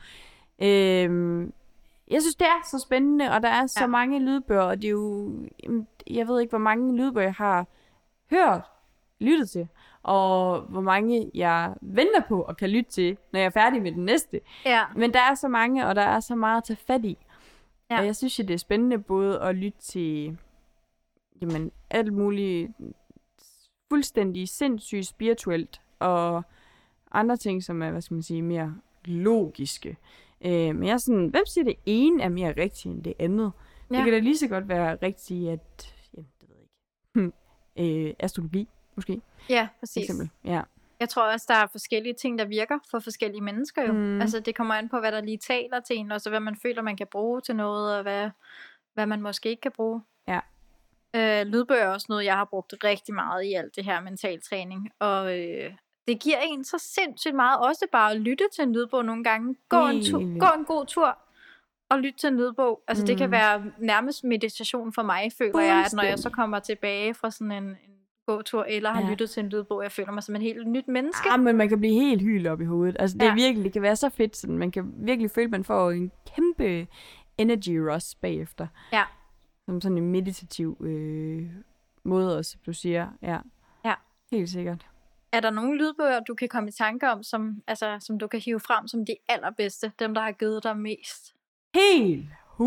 Jeg synes, det er så spændende, og der er så mange lydbøger, og det er jo, jeg ved ikke, hvor mange lydbøger jeg har lyttet til, og hvor mange jeg venter på og kan lytte til, når jeg er færdig med den næste. Ja. Men der er så mange, og der er så meget at tage fat i. Ja. Og jeg synes, det er spændende både at lytte til alt muligt fuldstændig sindssygt spirituelt, og andre ting, som er, mere logiske. Men jeg er sådan, hvem siger det ene er mere rigtigt end det andet? Ja. Det kan da lige så godt være rigtigt, at, det ved jeg ikke, astrologi måske. Ja, præcis. Eksempel. Ja. Jeg tror også, der er forskellige ting, der virker for forskellige mennesker jo. Altså det kommer an på, hvad der lige taler til en, og så hvad man føler, man kan bruge til noget, og hvad man måske ikke kan bruge. Ja. Lydbøger er også noget, jeg har brugt rigtig meget i alt det her mental træning, og det giver en så sindssygt meget, også bare at lytte til en lydbog nogle gange. Gå en god tur og lytte til en lydbog. Altså det kan være nærmest meditation for mig, føler jeg, at når jeg så kommer tilbage fra sådan en gåtur, eller har lyttet til en lydbog, jeg føler mig som en helt nyt menneske. Ja, men man kan blive helt hylet op i hovedet. Altså det er virkelig, det kan være så fedt, sådan man kan virkelig føle, at man får en kæmpe energy rush bagefter. Ja. Som sådan en meditativ måde også, du siger. Ja. Helt sikkert. Er der nogle lydbøger, du kan komme i tanke om, som du kan hive frem som de allerbedste? Dem, der har givet dig mest? Helt 100%.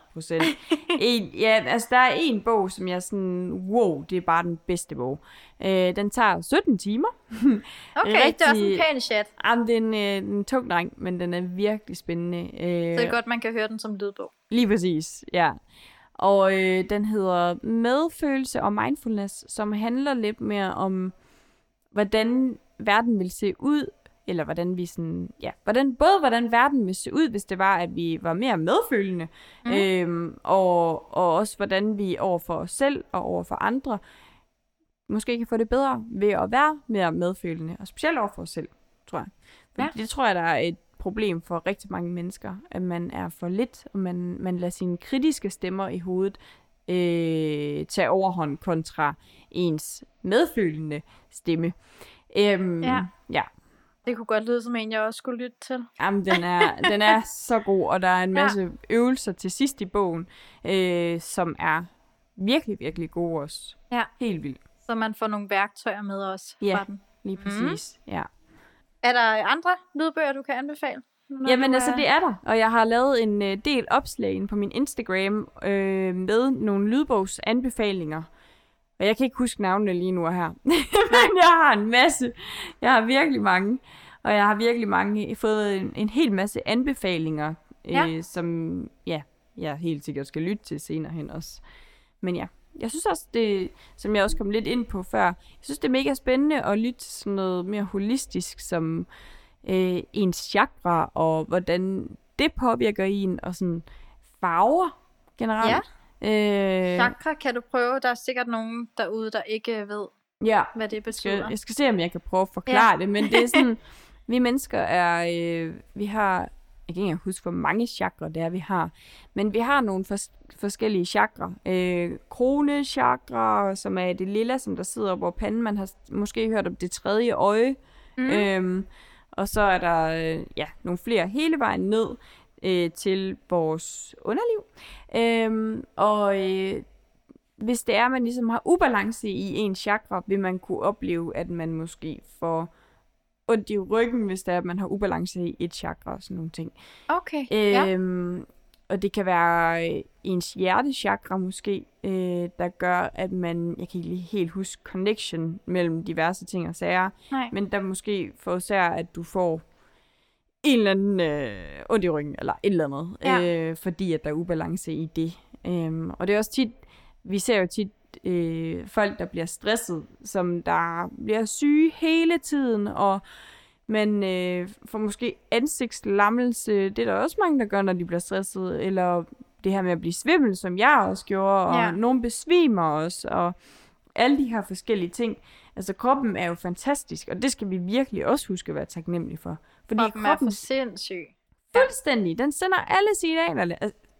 Der er en bog, som jeg sådan, wow, det er bare den bedste bog. Den tager 17 timer. Okay, det er også en pæn chat. Jamen, det er en tung dreng, men den er virkelig spændende. Så det er godt, man kan høre den som lydbog. Lige præcis, ja. Og den hedder Medfølelse og Mindfulness, som handler lidt mere om, hvordan verden vil se ud, eller hvordan vi sådan, hvordan verden vil se ud, hvis det var, at vi var mere medfølende, og også hvordan vi over for os selv og over for andre måske kan få det bedre ved at være mere medfølende, og specielt over for os selv, tror jeg. Det tror jeg, der er et problem for rigtig mange mennesker, at man er for lidt, og man lader sine kritiske stemmer i hovedet tage overhånd kontra ens medfølende stemme. Ja. Det kunne godt lyde som en, jeg også skulle lytte til. Jamen, den er så god, og der er en masse øvelser til sidst i bogen, som er virkelig, virkelig gode også. Ja. Helt vildt. Så man får nogle værktøjer med også fra den. Lige præcis. Ja. Er der andre lydbøger, du kan anbefale? Jamen altså, det er der. Og jeg har lavet en del opslag inde på min Instagram med nogle lydbogsanbefalinger. Og jeg kan ikke huske navnene lige nu her. Men jeg har en masse. Jeg har virkelig mange. Og jeg har virkelig fået en hel masse anbefalinger, som jeg helt sikkert skal lytte til senere hen også. Men ja, jeg synes også, det, som jeg også kom lidt ind på før, jeg synes, det er mega spændende at lytte til sådan noget mere holistisk, som ens chakra, og hvordan det påvirker en, og sådan farver generelt. Ja. Chakra kan du prøve. Der er sikkert nogen derude, der ikke ved, hvad det betyder. Jeg skal se, om jeg kan prøve at forklare det, men det er sådan, vi mennesker er, vi har, jeg kan ikke huske, hvor mange chakra det er, vi har, men vi har nogle forskellige chakra. Kronechakra, som er det lilla, som der sidder op over panden. Man har måske hørt om det tredje øje. Og så er der nogle flere hele vejen ned til vores underliv. Hvis det er, at man ligesom har ubalance i en chakra, vil man kunne opleve, at man måske får ondt i ryggen, hvis det er, at man har ubalance i et chakra og sådan nogle ting. Okay, Og det kan være ens hjertechakra måske, der gør, at man, jeg kan ikke lige helt huske connection mellem diverse ting og sager, men der måske forårsager, at du får en eller anden ondt i ryggen, eller et eller andet, fordi at der er ubalance i det. Og det er også tit, vi ser jo tit folk, der bliver stresset, som der bliver syge hele tiden, og man får måske ansigtslammelse. Det er der også mange, der gør, når de bliver stresset. Eller det her med at blive svimmel, som jeg også gjorde. Og nogen besvimer også. Og alle de her forskellige ting. Altså kroppen er jo fantastisk. Og det skal vi virkelig også huske at være taknemmelige for. Fordi kroppen er for sindssyg. Fuldstændig. Den sender alle signalerne.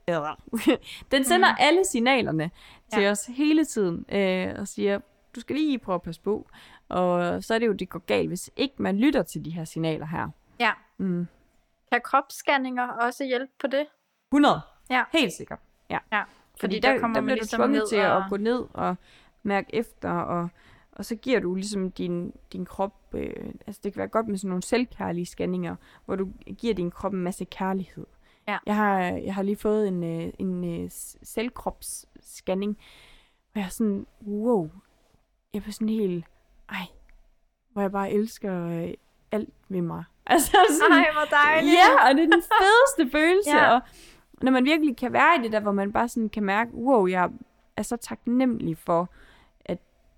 Den sender alle signalerne til os hele tiden. Og siger, du skal lige prøve at passe på. Og så er det jo, det går galt, hvis ikke man lytter til de her signaler her. Ja. Kan kropsscanninger også hjælpe på det? 100. Ja. Helt sikkert. Ja. Fordi der kommer man ligesom ned til at gå ned og mærke efter, og så giver du ligesom din krop, altså det kan være godt med sådan nogle selvkærlige scanninger, hvor du giver din krop en masse kærlighed. Ja. Jeg har lige fået en selvkropsscanning, hvor jeg er sådan, wow, jeg er sådan helt, hvor jeg bare elsker alt ved mig. Altså sådan, hvor dejligt. Ja, og det er den fedeste følelse. Og når man virkelig kan være i det der, hvor man bare sådan kan mærke, wow, jeg er så taknemmelig for, at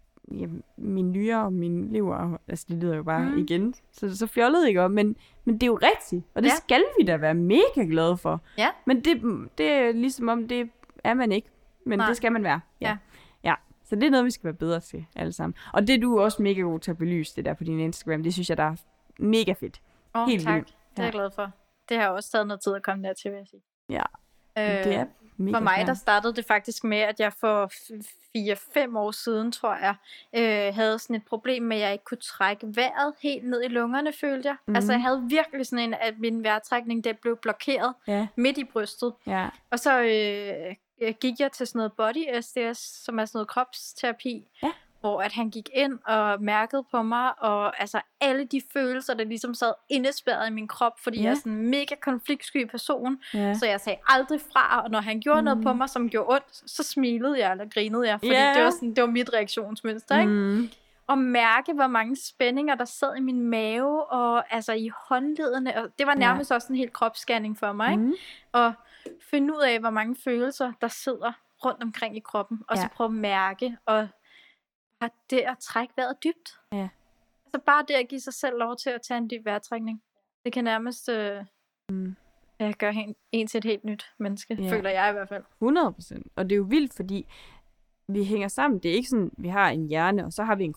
min nyre og min lever, altså det lyder jo bare igen, så fjollet ikke op, men det er jo rigtigt, og det skal vi da være mega glade for. Ja. Men det er ligesom om, det er man ikke, men det skal man være. Ja. Så det er noget, vi skal være bedre til, alle sammen. Og det er du også mega god til at belyse, det der på din Instagram. Det synes jeg, der er mega fedt. Helt tak. Vildt. Det er jeg glad for. Det har også taget noget tid at komme der til, vil jeg sige. Ja, det er mega for mig, færd. der startede det faktisk med, at jeg for 4-5 år siden, tror jeg, havde sådan et problem med, at jeg ikke kunne trække vejret helt ned i lungerne, følte jeg. Altså, jeg havde virkelig sådan en, at min vejrtrækning, det blev blokeret midt i brystet. Ja. Og så gik jeg til sådan noget body SDS, som er sådan noget kropsterapi, hvor at han gik ind og mærkede på mig, og altså alle de følelser, der ligesom sad indespærret i min krop, fordi jeg er sådan en mega konfliktsky person, så jeg sagde aldrig fra, og når han gjorde noget på mig, som gjorde ondt, så smilede jeg eller grinede jeg, fordi det var mit reaktionsmønster, ikke? Og mærke, hvor mange spændinger, der sad i min mave, og altså i håndledene, og det var nærmest også en helt kropsscanning for mig, ikke? Og finde ud af, hvor mange følelser, der sidder rundt omkring i kroppen, og så prøve at mærke, og bare det at trække vejret dybt. Ja. Altså bare det at give sig selv lov til at tage en dyb vejrtrækning. Det kan nærmest gøre en til et helt nyt menneske, føler jeg i hvert fald. 100%. Og det er jo vildt, fordi vi hænger sammen. Det er ikke sådan, vi har en hjerne, og så har vi en krop.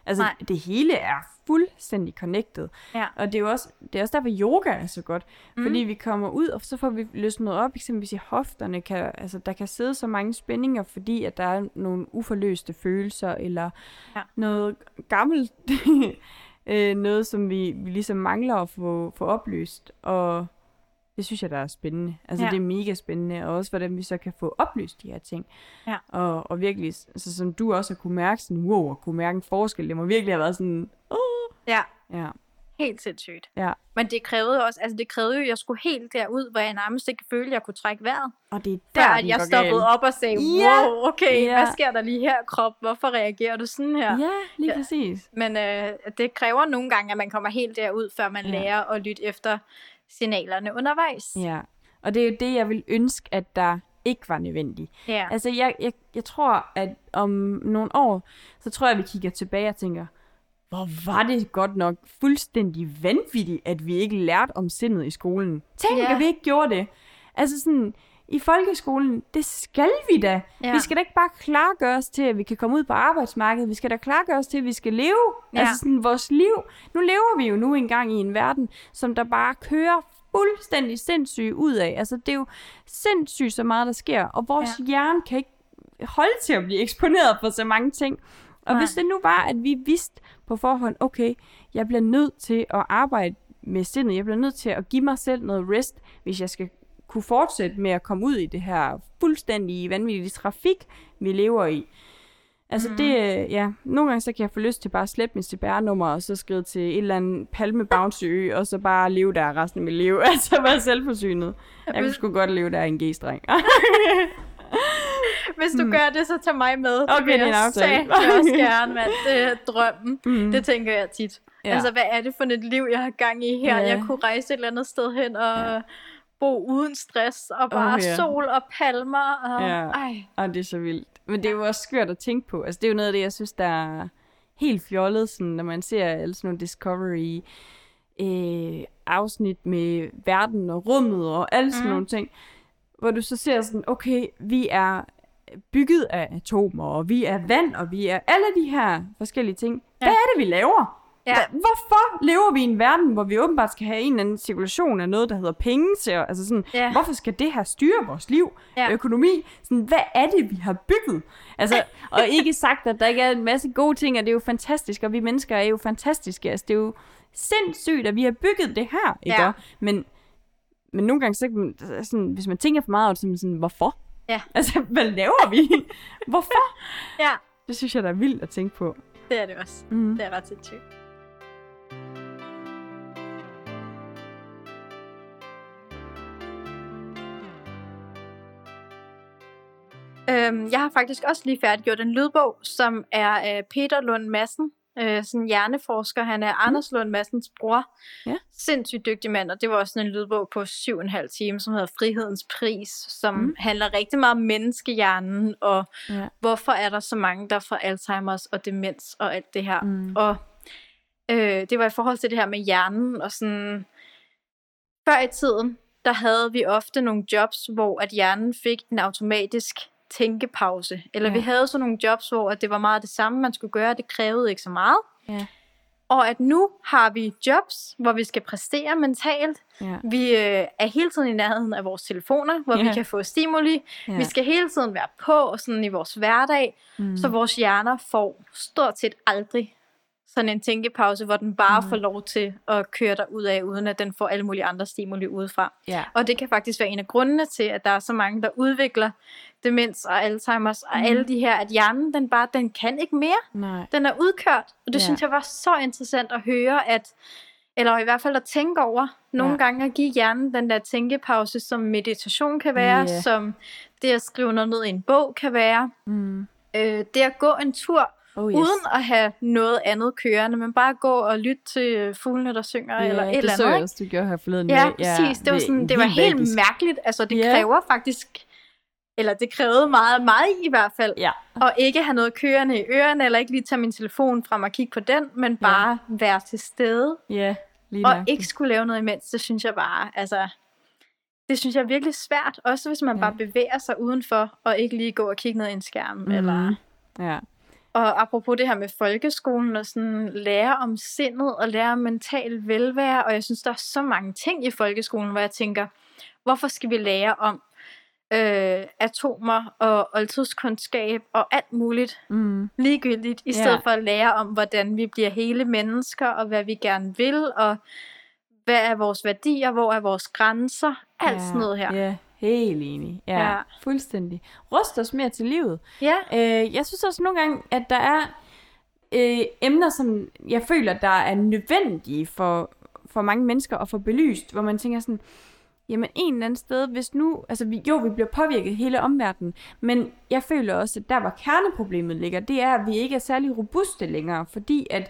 Altså, det hele er fuldstændig connected. Ja. Og det er også derfor, yoga er så godt. Fordi vi kommer ud, og så får vi løsnet op, eksempelvis i hofterne. Der kan sidde så mange spændinger, fordi at der er nogle uforløste følelser, eller noget gammelt, noget, som vi ligesom mangler at få opløst. Og det synes jeg, der er spændende. Altså, det er mega spændende. Og også, hvordan vi så kan få oplyst de her ting. Ja. Og virkelig, altså, som du også har kunne mærke, sådan, wow, kunne mærke en forskel. Det må virkelig have været sådan, Ja. Ja. Helt sindssygt. Ja. Men det krævede også, at jeg skulle helt derud, hvor jeg nærmest ikke følte, at jeg kunne trække vejret. Og det er der, før at jeg stoppede op og sagde, wow, okay, hvad sker der lige her, krop? Hvorfor reagerer du sådan her? Ja, lige præcis. Men det kræver nogle gange, at man kommer helt derud, før man lærer at lytte efter signalerne undervejs. Ja, og det er jo det, jeg vil ønske, at der ikke var nødvendigt. Ja. Altså, jeg tror, at om nogle år, så tror jeg, vi kigger tilbage og tænker, hvor var det godt nok fuldstændig vanvittigt, at vi ikke lærte om sindet i skolen. Tænk, at vi ikke gjorde det. Altså sådan, i folkeskolen, det skal vi da. Ja. Vi skal da ikke bare klargøre os til, at vi kan komme ud på arbejdsmarkedet. Vi skal da klargøre os til, at vi skal leve. Ja. Altså sådan, vores liv. Nu lever vi jo nu engang i en verden, som der bare kører fuldstændig sindssygt ud af. Altså, det er jo sindssygt så meget, der sker. Og vores hjerne kan ikke holde til at blive eksponeret for så mange ting. Og hvis det nu var, at vi vidste på forhånd, okay, jeg bliver nødt til at arbejde med sindet, jeg bliver nødt til at give mig selv noget rest, hvis jeg skal kunne fortsætte med at komme ud i det her fuldstændig vanvittige trafik, vi lever i. Altså nogle gange så kan jeg få lyst til bare at slette mit CPR-nummer, og så skrive til et eller andet palme-bounce-ø, og så bare leve der resten af mit liv, altså være selvforsynet. Jeg kunne sgu godt leve der i en G-streng. Hvis du gør det, så tag mig med. Okay, det er en aftale. Jeg vil også gerne, mand. Det er drømmen. Det tænker jeg tit. Ja. Altså, hvad er det for et liv, jeg har gang i her? Ja. Jeg kunne rejse et eller andet sted hen og bo uden stress, og bare sol og palmer. Og det er så vildt. Men det er jo også skørt at tænke på. Altså, det er jo noget af det, jeg synes, der er helt fjollet, sådan, når man ser alle sådan nogle Discovery afsnit med verden og rummet og alle sådan nogle ting, hvor du så ser sådan, okay, vi er bygget af atomer, og vi er vand, og vi er alle de her forskellige ting. Hvad er det, vi laver? Ja. Hvorfor lever vi i en verden, hvor vi åbenbart skal have en eller anden cirkulation af noget, der hedder penge til? Altså sådan, hvorfor skal det her styre vores liv, økonomi? Sådan, hvad er det, vi har bygget? Altså, og ikke sagt, at der ikke er en masse gode ting, og det er jo fantastisk, og vi mennesker er jo fantastiske. Altså, det er jo sindssygt, at vi har bygget det her, ikke? Ja. Men nogle gange, så sådan, hvis man tænker for meget over det, sådan, hvorfor? Ja. Altså, hvad laver vi? Hvorfor? Ja. Det synes jeg, der er vildt at tænke på. Det er det også. Det er ret sindssygt. Jeg har faktisk også lige færdiggjort en lydbog, som er Peter Lund Madsen, sådan en hjerneforsker. Han er Anders Lund Madsens bror. Ja. Sindssygt dygtig mand, og det var også sådan en lydbog på 7,5 timer, som hedder Frihedens Pris, som handler rigtig meget om menneskehjernen, og hvorfor er der så mange, der får Alzheimer's og demens og alt det her. Og det var i forhold til det her med hjernen, og sådan før i tiden, der havde vi ofte nogle jobs, hvor at hjernen fik en automatisk tænkepause. Eller vi havde så nogle jobs, hvor at det var meget det samme, man skulle gøre. Det krævede ikke så meget. Ja. Og at nu har vi jobs, hvor vi skal præstere mentalt. Ja. Vi er hele tiden i nærheden af vores telefoner, hvor vi kan få stimuli. Ja. Vi skal hele tiden være på sådan i vores hverdag. Så vores hjerner får stort set aldrig sådan en tænkepause, hvor den bare får lov til at køre derud af, uden at den får alle mulige andre stimuli udefra. Ja. Og det kan faktisk være en af grundene til, at der er så mange, der udvikler demens og Alzheimer's og alle de her, at hjernen, den kan ikke mere. Nej. Den er udkørt. Og det synes jeg var så interessant at høre, eller i hvert fald at tænke over, nogle gange at give hjernen den der tænkepause, som meditation kan være, som det at skrive noget ned i en bog kan være. Det at gå en tur, uden at have noget andet kørende, men bare gå og lytte til fuglene, der synger, eller et eller andet. Det så jeg også, du gjorde her forleden. Ja, præcis. Det var, sådan, det var helt mærkeligt. Altså, det kræver faktisk, eller det krævede meget, meget i hvert fald, at ikke have noget kørende i ørerne, eller ikke lige tage min telefon frem og kigge på den, men bare være til stede. Ja, lige og ikke skulle lave noget imens. Det synes jeg bare, altså, det synes jeg er virkelig svært. Også hvis man bare bevæger sig udenfor, og ikke lige gå og kigge ned i en skærm, eller... Ja. Og apropos det her med folkeskolen og sådan lære om sindet og lære om mental velvære, og jeg synes, der er så mange ting i folkeskolen, hvor jeg tænker, hvorfor skal vi lære om atomer og oldtidskundskab og alt muligt ligegyldigt, i stedet for at lære om, hvordan vi bliver hele mennesker, og hvad vi gerne vil, og hvad er vores værdier, hvor er vores grænser, alt sådan noget her. Ja, helt enig. Ja, fuldstændig. Rust os mere til livet. Ja. Jeg synes også nogle gange, at der er emner, som jeg føler, der er nødvendige for mange mennesker at få belyst, hvor man tænker sådan, jamen en eller anden sted, hvis nu, altså vi bliver påvirket hele omverdenen, men jeg føler også, at der hvor kerneproblemet ligger, det er, at vi ikke er særlig robuste længere, fordi at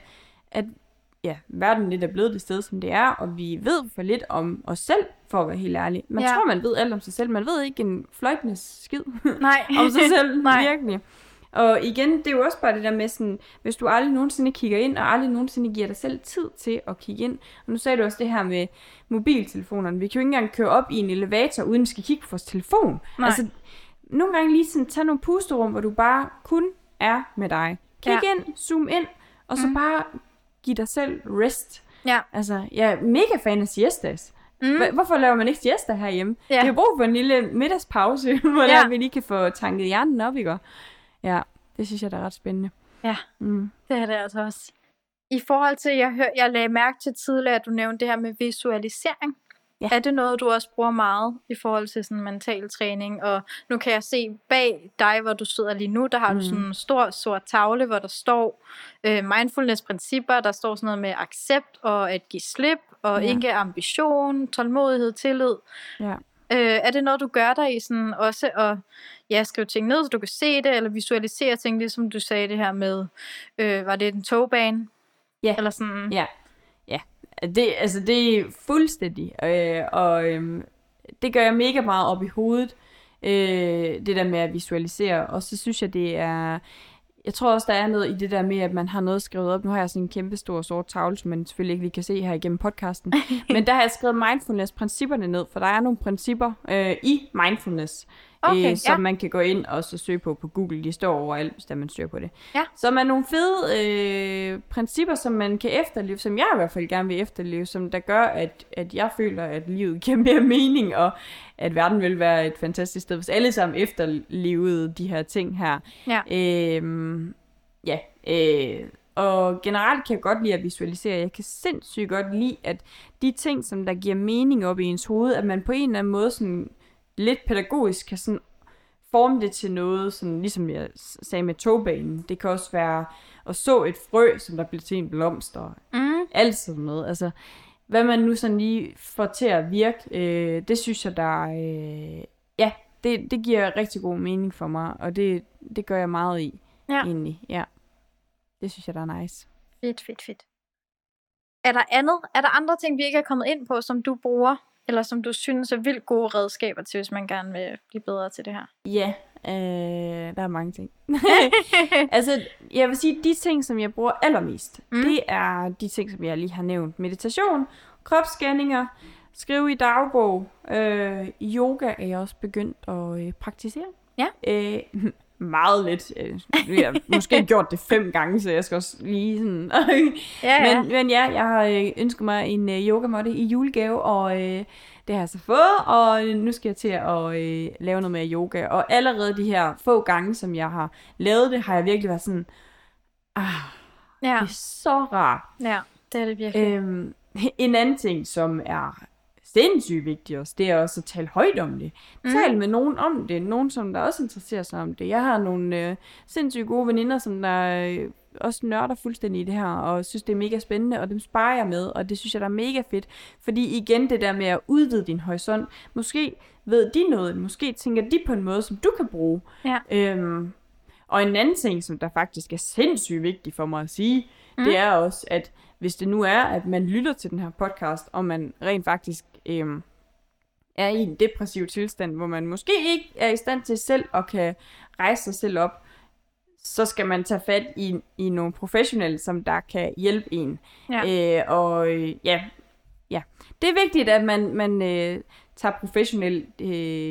verden lidt er blevet det sted, som det er, og vi ved for lidt om os selv, for at være helt ærlig. Man tror, man ved alt om sig selv, man ved ikke en fløjtende skid om sig selv, virkelig. Og igen, det er jo også bare det der med sådan, hvis du aldrig nogensinde kigger ind, og aldrig nogensinde giver dig selv tid til at kigge ind. Og nu sagde du også det her med mobiltelefonerne. Vi kan jo ikke engang køre op i en elevator, uden vi skal kigge på vores telefon. Nej. Altså, nogle gange lige sådan, tage nogle pusterum, hvor du bare kun er med dig. Kig ind, zoom ind, og så bare give dig selv rest. Ja. Altså, jeg er mega fan af siestas. Hvorfor laver man ikke siesta herhjemme? Vi har brug for en lille middagspause, hvor vi lige kan få tanket hjernen op, ikke? Ja, det synes jeg, der er ret spændende. Ja, det er det altså også. I forhold til, jeg lagde mærke til tidligere, at du nævnte det her med visualisering. Ja. Er det noget, du også bruger meget i forhold til sådan mental træning? Og nu kan jeg se bag dig, hvor du sidder lige nu, der har du sådan en stor sort tavle, hvor der står mindfulness-principper. Der står sådan noget med accept og at give slip, og ikke ambition, tålmodighed, tillid. Ja. Er det noget, du gør dig i sådan også at skrive ting ned, så du kan se det, eller visualisere ting, ligesom du sagde det her med, var det en togbane? Ja. Eller sådan? Ja. Det er fuldstændig, og det gør jeg mega meget op i hovedet, det der med at visualisere, og så synes jeg, det er, jeg tror også, der er noget i det der med, at man har noget skrevet op. Nu har jeg sådan en kæmpe stor sort tavle, som man selvfølgelig ikke lige kan se her igennem podcasten, men der har jeg skrevet mindfulness-principperne ned, for der er nogle principper i mindfulness, som man kan gå ind og så søge på Google. De står overalt, hvis man søger på det. Ja. Som er nogle fede principper, som man kan efterleve, som jeg i hvert fald gerne vil efterleve, som der gør, at jeg føler, at livet giver mere mening, og at verden vil være et fantastisk sted, hvis alle sammen efterlevede de her ting her. Ja. Og generelt kan jeg godt lide at visualisere. Jeg kan sindssygt godt lide, at de ting, som der giver mening op i ens hoved, at man på en eller anden måde sådan lidt pædagogisk kan sådan forme det til noget, sådan, ligesom jeg sagde med togbanen. Det kan også være at så et frø, som der bliver til en blomst, og alt sådan noget. Altså, hvad man nu sådan lige får til at virke, det synes jeg, der det giver rigtig god mening for mig, og det gør jeg meget i, egentlig. Ja. Det synes jeg, der er nice. Fedt. Er der andre ting, vi ikke er kommet ind på, som du bruger, eller som du synes er vildt gode redskaber til, hvis man gerne vil blive bedre til det her? Ja, der er mange ting. Altså, jeg vil sige, de ting, som jeg bruger allermest, det er de ting, som jeg lige har nævnt. Meditation, kropsscanninger, skrive i dagbog, yoga er jeg også begyndt at praktisere. Ja. Meget lidt. Jeg har måske gjort det 5 gange, så jeg skal også lige sådan... Men jeg har ønsket mig en yogamåtte i julegave, og det har jeg så fået, og nu skal jeg til at lave noget mere yoga. Og allerede de her få gange, som jeg har lavet det, har jeg virkelig været sådan... det er så rart. Ja, det er det virkelig. En anden ting, som er sindssygt vigtigt også, det er også at tale højt om det. Tal med nogen om det. Nogen, som der også interesserer sig om det. Jeg har nogle sindssygt gode veninder, som der også nørder fuldstændig i det her, og synes, det er mega spændende, og dem sparer jeg med, og det synes jeg, der er mega fedt. Fordi igen, det der med at udvide din horisont, måske ved de noget, måske tænker de på en måde, som du kan bruge. Ja. Og en anden ting, som der faktisk er sindssygt vigtigt for mig at sige, det er også, at hvis det nu er, at man lytter til den her podcast, og man rent faktisk er i en depressiv tilstand, hvor man måske ikke er i stand til selv og kan rejse sig selv op, så skal man tage fat i nogle professionelle, som der kan hjælpe en. Ja. Det er vigtigt, at man tager professionelt,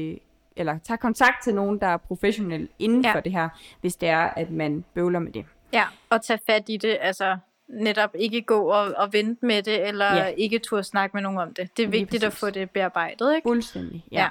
eller tager kontakt til nogen, der er professionel inden for det her, hvis det er, at man bøvler med det. Ja, og tage fat i det, altså netop ikke gå og vente med det, eller ikke turde snakke med nogen om det. Det er vigtigt at få det bearbejdet, ikke? Fuldstændig, ja.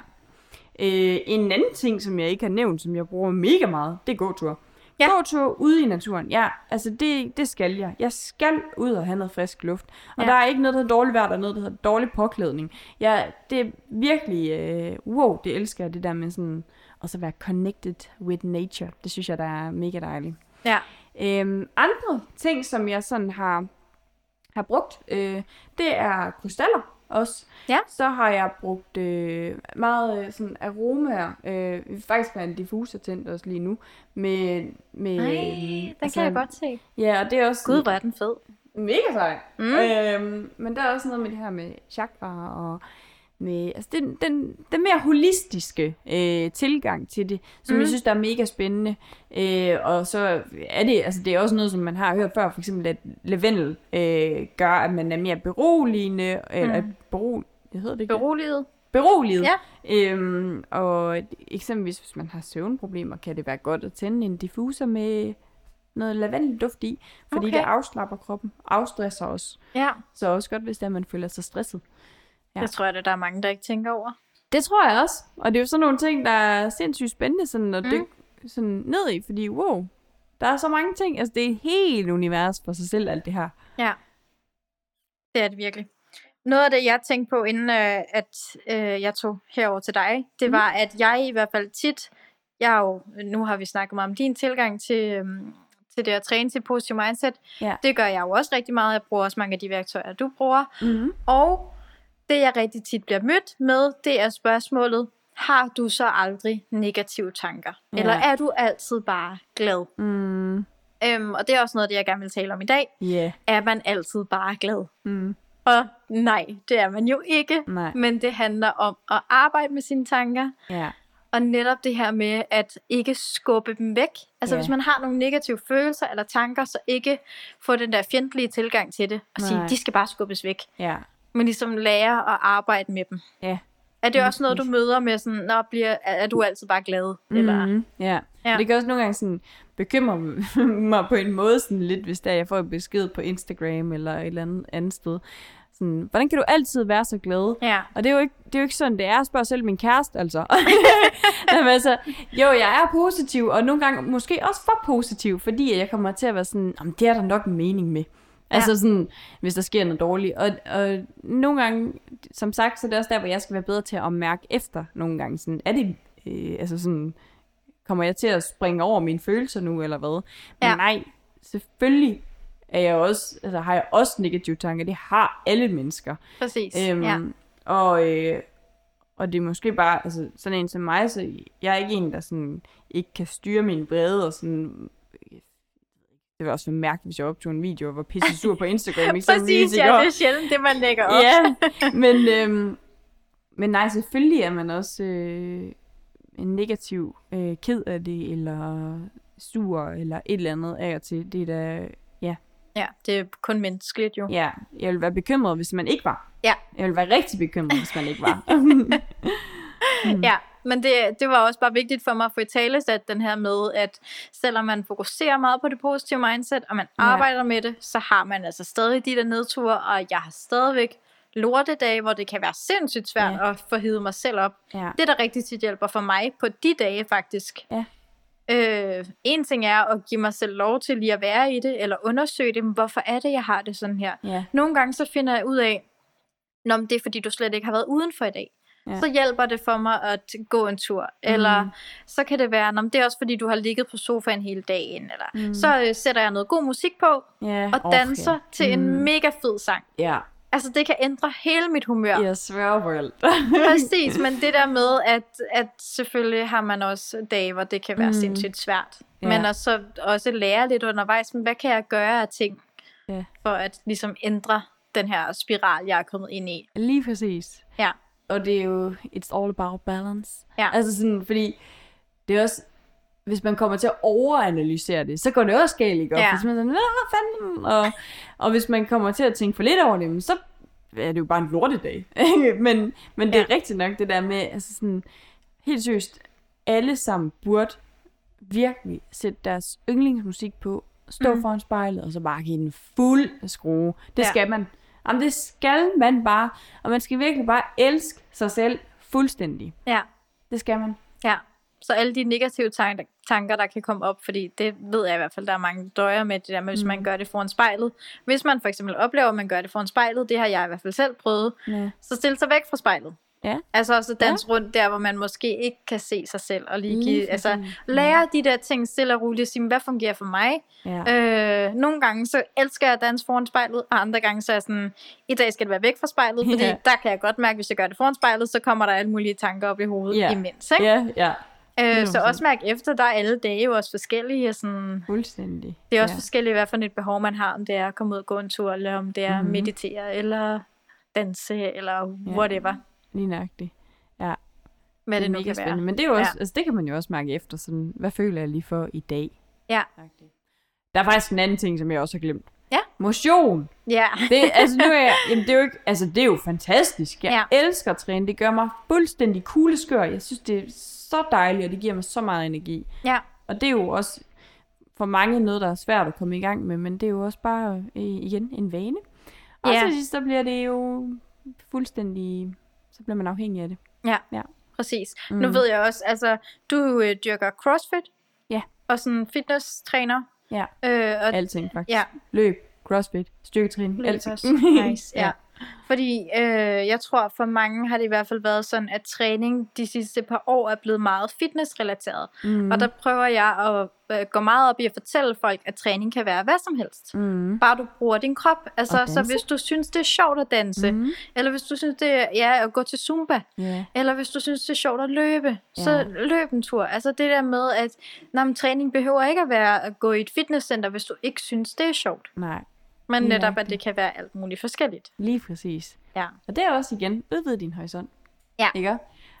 En anden ting, som jeg ikke har nævnt, som jeg bruger mega meget, det er gåtur. Ja. Gåtur ude i naturen, ja, altså det skal jeg. Jeg skal ud og have noget frisk luft. Og der er ikke noget, der hedder dårligt vejr, der er noget, der hedder dårlig påklædning. Ja, det er virkelig, det elsker jeg, det der med sådan, og så være connected with nature. Det synes jeg, der er mega dejligt. Ja. Andre ting, som jeg sådan har brugt, det er krystaller også. Ja. Så har jeg brugt meget sådan aromaer. Faktisk har jeg en diffuser tændt også lige nu. Med den kan jeg godt se. Ja, og det er også... Gud, hvor er den fed. Mega sej. Men der er også noget med det her med chakra og med, altså den mere holistiske tilgang til det, som jeg synes, der er mega spændende. Og så er det, altså det er også noget, som man har hørt før, for eksempel at lavendel gør, at man er mere beroligende, eller beroliget. Ja. Og eksempelvis, hvis man har søvnproblemer, kan det være godt at tænde en diffuser med noget lavendelduft i, fordi det afslapper kroppen, afstresser os. Ja. Så også godt, hvis det er, man føler sig stresset. Ja. Det tror jeg, der er mange, der ikke tænker over. Det tror jeg også. Og det er jo sådan nogle ting, der er sindssygt spændende sådan at dykke sådan ned i, fordi der er så mange ting. Altså, det er et helt univers for sig selv, alt det her. Ja, det er det virkelig. Noget af det, jeg tænkte på, inden jeg tog herover til dig, det var, at jeg i hvert fald tit, nu har vi snakket meget om din tilgang til det at træne til positiv mindset. Ja. Det gør jeg jo også rigtig meget. Jeg bruger også mange af de værktøjer, du bruger. Og det, jeg rigtig tit bliver mødt med, det er spørgsmålet, har du så aldrig negative tanker? Ja. Eller er du altid bare glad? Og det er også noget, det jeg gerne vil tale om i dag. Yeah. Er man altid bare glad? Og nej, det er man jo ikke. Nej. Men det handler om at arbejde med sine tanker. Yeah. Og netop det her med at ikke skubbe dem væk. Altså hvis man har nogle negative følelser eller tanker, så ikke få den der fjendtlige tilgang til det. Og sige, de skal bare skubbes væk. Yeah. Men ligesom lære at arbejde med dem. Yeah. Er det også noget, du møder med sådan, er du altid bare glad? Eller? Ja. Det kan også nogle gange sådan bekymre mig på en måde sådan lidt, hvis jeg får en besked på Instagram eller et eller andet sted. Sådan, hvordan kan du altid være så glad? Ja. Og det er jo ikke sådan, det er. Jeg spørger selv min kæreste, altså. Jamen, altså. Jo, jeg er positiv, og nogle gange måske også for positiv, fordi jeg kommer til at være sådan, det er der nok en mening med. Altså sådan, hvis der sker noget dårligt. Og nogle gange, som sagt, så er det også der, hvor jeg skal være bedre til at mærke efter nogle gange. Sådan, er det, altså sådan, kommer jeg til at springe over mine følelser nu, eller hvad? Men nej, selvfølgelig er jeg også, altså, har jeg også negative tanker. Det har alle mennesker. Præcis, og det er måske bare, altså sådan en som mig, så jeg er ikke en, der sådan ikke kan styre min vrede og sådan... Det var også mærkeligt, hvis jeg optog en video og var pisse sur på Instagram. Præcis, ja, det er sjældent, det man lægger op. Ja, men nej, selvfølgelig er man også en negativ ked af det, eller sur, eller et eller andet af og til. Det er da, Ja, det er kun menneskeligt jo. Ja, jeg ville være bekymret, hvis man ikke var. Ja. Jeg ville være rigtig bekymret, hvis man ikke var. Ja, men det var også bare vigtigt for mig at få i talesat den her med, at selvom man fokuserer meget på det positive mindset, og man arbejder med det, så har man altså stadig de der nedture, og jeg har stadigvæk lortedage, hvor det kan være sindssygt svært at få hivet mig selv op. Ja. Det, der rigtig tit hjælper for mig på de dage faktisk. Ja. En ting er at give mig selv lov til lige at være i det, eller undersøge det, men hvorfor er det, jeg har det sådan her? Ja. Nogle gange så finder jeg ud af, det er fordi, du slet ikke har været udenfor i dag. Ja. Så hjælper det for mig at gå en tur. Eller så kan det være, det er også fordi, du har ligget på sofaen hele dagen. Eller så sætter jeg noget god musik på, og danser til en mega fed sang. Ja. Altså, det kan ændre hele mit humør. Jeg sværger alt. Præcis, men det der med, at selvfølgelig har man også dage, hvor det kan være sindssygt svært. Ja. Men også lære lidt undervejs, men hvad kan jeg gøre af ting, for at ligesom ændre den her spiral, jeg er kommet ind i. Lige præcis. Ja. Og det er jo, it's all about balance. Ja. Altså sådan, fordi det er også, hvis man kommer til at overanalysere det, så går det også galt, ikke? Ja. Hvis man sådan, fanden? Og hvis man kommer til at tænke for lidt over det, så er det jo bare en lortedag. men det er rigtigt nok, det der med, altså sådan, helt seriøst, alle sammen burde virkelig sætte deres yndlingsmusik på, stå foran spejlet, og så bare give den fuld skrue. Det skal man. Jamen, det skal man bare. Og man skal virkelig bare elske sig selv fuldstændig. Ja. Det skal man. Ja. Så alle de negative tanker, der kan komme op, fordi det ved jeg i hvert fald, der er mange, der døjer med det der med, hvis man gør det foran spejlet. Hvis man for eksempel oplever, at man gør det foran spejlet, det har jeg i hvert fald selv prøvet, så stille sig væk fra spejlet. Ja. Altså også danse rundt der, hvor man måske ikke kan se sig selv, og lige give, lære de der ting stille og roligt, og sige, hvad fungerer for mig? Ja. Nogle gange så elsker jeg at danse foran spejlet, og andre gange så er jeg sådan, i dag skal det være væk fra spejlet, fordi der kan jeg godt mærke, hvis jeg gør det foran spejlet, så kommer der alle mulige tanker op i hovedet imens, ikke? Så også mærke efter, der er alle dage jo også forskellige. Sådan, fuldstændig. Det er også forskelligt, hvad for et behov man har, om det er at komme ud og gå en tur, eller om det er at meditere, eller danse, eller whatever. Lige nøjagtigt. Ja. Hvad det nu kan være. Men det er jo også, altså det kan man jo også mærke efter, sådan, hvad føler jeg lige for i dag? Ja. Der er faktisk en anden ting, som jeg også har glemt. Ja. Motion. Ja. Det er jo ikke, altså det er jo fantastisk. Jeg elsker at træne. Det gør mig fuldstændig kugleskør. Jeg synes, det er så dejligt, og det giver mig så meget energi. Ja. Og det er jo også for mange noget, der er svært at komme i gang med, men det er jo også bare igen en vane. Og så bliver det jo fuldstændig, så bliver man afhængig af det. Ja. Præcis. Nu ved jeg også, altså du dyrker CrossFit. Ja. Og sådan fitness-træner. Ja. Og alting faktisk. Ja. Løb, CrossFit, styrketræning, alting. Nice. Ja. Fordi jeg tror for mange har det i hvert fald været sådan, at træning de sidste par år er blevet meget fitnessrelateret. Og der prøver jeg at gå meget op i at fortælle folk, at træning kan være hvad som helst. Bare du bruger din krop. Altså, så hvis du synes, det er sjovt at danse, eller hvis du synes, det er at gå til Zumba, eller hvis du synes, det er sjovt at løbe, så løb en tur. Altså det der med, at træning behøver ikke at være at gå i et fitnesscenter, hvis du ikke synes, det er sjovt. Nej. Men netop, at det kan være alt muligt forskelligt. Lige præcis. Ja. Og det er også igen, udvide din horisont. Ja. Ikke?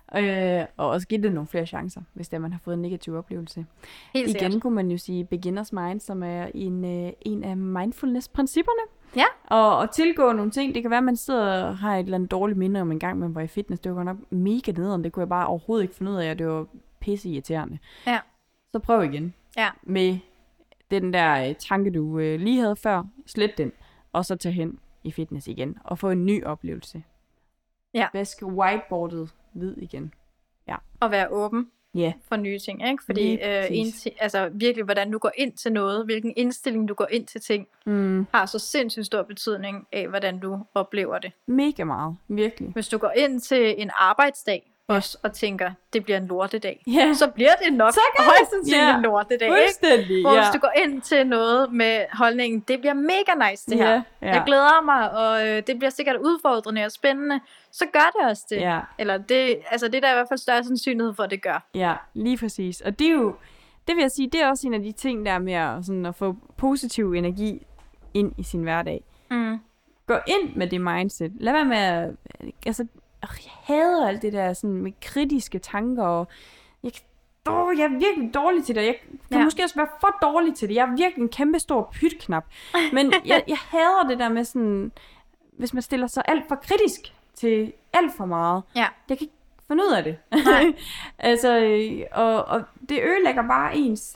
Og også give det nogle flere chancer, hvis det er, man har fået en negativ oplevelse. Helt igen sikkert. Kunne man jo sige beginner's mind, som er en af mindfulness-principperne. Ja. Og tilgå nogle ting. Det kan være, at man sidder og har et eller andet dårligt minde om en gang, man var i fitness. Det var godt nok mega nederen. Det kunne jeg bare overhovedet ikke finde ud af, og det var pisse irriterende. Ja. Så prøv igen. Ja. Med den der tanke, du lige havde før, slet den, og så tage hen i fitness igen, og få en ny oplevelse. Ja. Vaske whiteboardet hvid igen. Ja. Og være åben for nye ting, ikke? Fordi altså virkelig, hvordan du går ind til noget, hvilken indstilling du går ind til ting, har så sindssygt stor betydning af, hvordan du oplever det. Mega meget, virkelig. Hvis du går ind til en arbejdsdag, også, og tænker, det bliver en lortedag, så bliver det nok højst sandsynligt en lortedag, ikke? Hvor hvis du går ind til noget med holdningen, det bliver mega nice det her. Jeg glæder mig, og det bliver sikkert udfordrende og spændende, så gør det også det. Ja. Eller det er der i hvert fald større sandsynlighed for, at det gør. Ja, lige præcis. Og det er jo, det vil jeg sige, det er også en af de ting, der er med sådan at få positiv energi ind i sin hverdag. Gå ind med det mindset. Lad være med at, altså, jeg hader alt det der sådan med kritiske tanker, og jeg er virkelig dårlig til det. Jeg kan måske også være for dårlig til det. Jeg er virkelig en kæmpe stor pytknap. Men jeg hader det der med sådan, hvis man stiller sig alt for kritisk til alt for meget. Ja. Jeg kan ikke finde ud af det. Altså, og det ødelægger bare ens...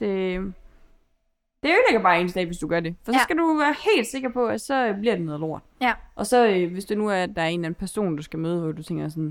Det ødelægger bare ens dag, hvis du gør det. For så skal du være helt sikker på, at så bliver det noget lort. Ja. Og så hvis det nu er, at der er en eller anden person, du skal møde, hvor du tænker sådan,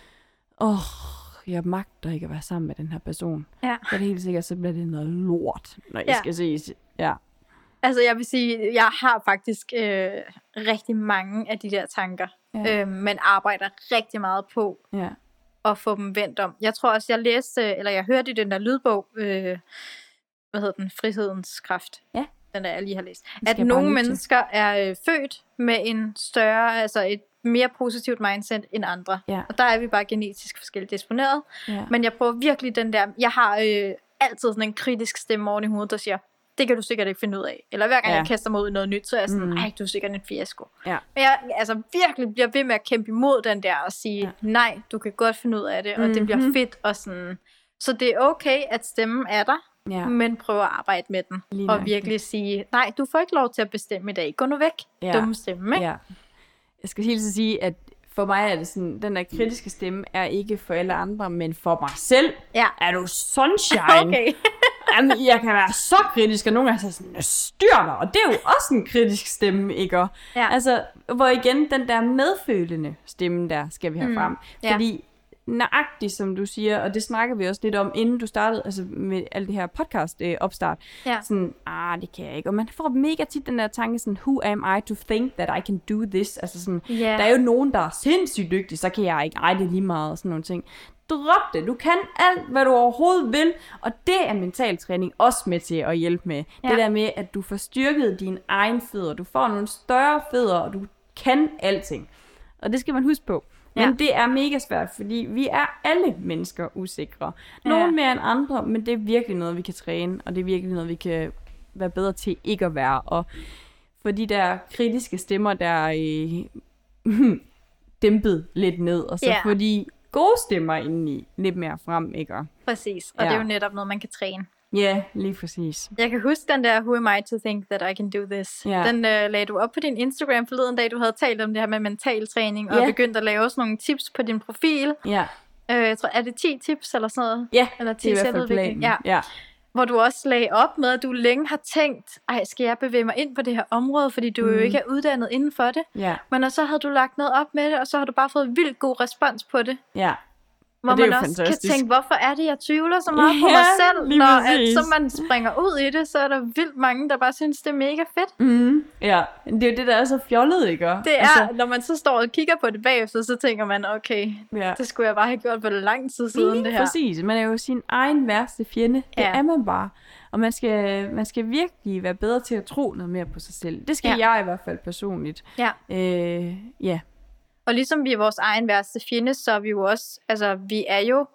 jeg magter ikke at være sammen med den her person. Ja. Så er det helt sikkert, så bliver det noget lort, når jeg skal ses. Ja. Altså jeg vil sige, jeg har faktisk rigtig mange af de der tanker, men arbejder rigtig meget på at få dem vendt om. Jeg tror også, jeg hørte i den der lydbog, hvad hedder den? Frihedens kraft. Ja. Den der jeg lige har læst. At nogle mennesker er født med en større, altså et mere positivt mindset end andre. Ja. Og der er vi bare genetisk forskelligt disponeret. Ja. Men jeg prøver virkelig den der, jeg har altid sådan en kritisk stemme oven i hovedet, der siger, det kan du sikkert ikke finde ud af. Eller hver gang jeg kaster mig ud i noget nyt, så er jeg sådan, ej, du er sikkert en fiasko. Ja. Men jeg altså virkelig bliver ved med at kæmpe imod den der, og sige, nej, du kan godt finde ud af det, og det bliver fedt, og sådan. Så det er okay, at stemmen er der, men prøv at arbejde med den. Lige og virkelig sige, nej, du får ikke lov til at bestemme i dag. Gå nu væk, dumme stemme, ikke? Ja. Jeg skal helt sige, at for mig er det sådan, den der kritiske stemme er ikke for alle andre, men for mig selv er du sunshine. Okay. Jamen, jeg kan være så kritisk, og nogle gange så sådan, jeg styr dig, og det er jo også en kritisk stemme, ikke? Ja. Altså, hvor igen, den der medfølende stemme der, skal vi have frem. Fordi nøjagtigt, som du siger, og det snakker vi også lidt om, inden du startede, altså med alt det her podcast opstart, sådan, det kan jeg ikke. Og man får mega tit den der tanke, sådan, who am I to think that I can do this? Altså sådan, der er jo nogen, der er sindssygt dygtige, så kan jeg ikke. Ej, det er lige meget, og sådan nogle ting. Drop det. Du kan alt, hvad du overhovedet vil, og det er mentaltræning også med til at hjælpe med. Ja. Det der med, at du får styrket dine egne fødder, du får nogle større fødder, og du kan alting. Og det skal man huske på. Men det er mega svært, fordi vi er alle mennesker usikre. Nogle mere end andre, men det er virkelig noget, vi kan træne, og det er virkelig noget, vi kan være bedre til ikke at være. Og for de der kritiske stemmer, der er dæmpet lidt ned, og så fordi gode stemmer indeni lidt mere frem, ikke? Præcis, og det er jo netop noget, man kan træne. Ja, lige præcis. Jeg kan huske den der, who am I to think that I can do this? Den lagde du op på din Instagram forleden dag, du havde talt om det her med mental træning, og begyndt at lave også nogle tips på din profil. Jeg tror, er det 10 tips eller sådan noget? Ja, eller 10 det er i hvert fald planen. Ja. Hvor du også lagde op med, at du længe har tænkt, skal jeg bevæge mig ind på det her område, fordi du jo ikke er uddannet inden for det. Men så havde du lagt noget op med det, og så har du bare fået vildt god respons på det. Hvor man også fantastisk. Kan tænke, hvorfor er det, jeg tvivler så meget på mig selv? Når så man springer ud i det, så er der vildt mange, der bare synes, det er mega fedt. Ja, det er jo det, der er så fjollet, ikke? Det er, når man så står og kigger på det bagefter, så tænker man, okay, det skulle jeg bare have gjort for lang tid siden, det her. Præcis, man er jo sin egen værste fjende. Det er man bare. Og man skal virkelig være bedre til at tro noget mere på sig selv. Det skal jeg i hvert fald personligt. Og ligesom vi er vores egen værste fjende, så er vi jo også, altså vi er jo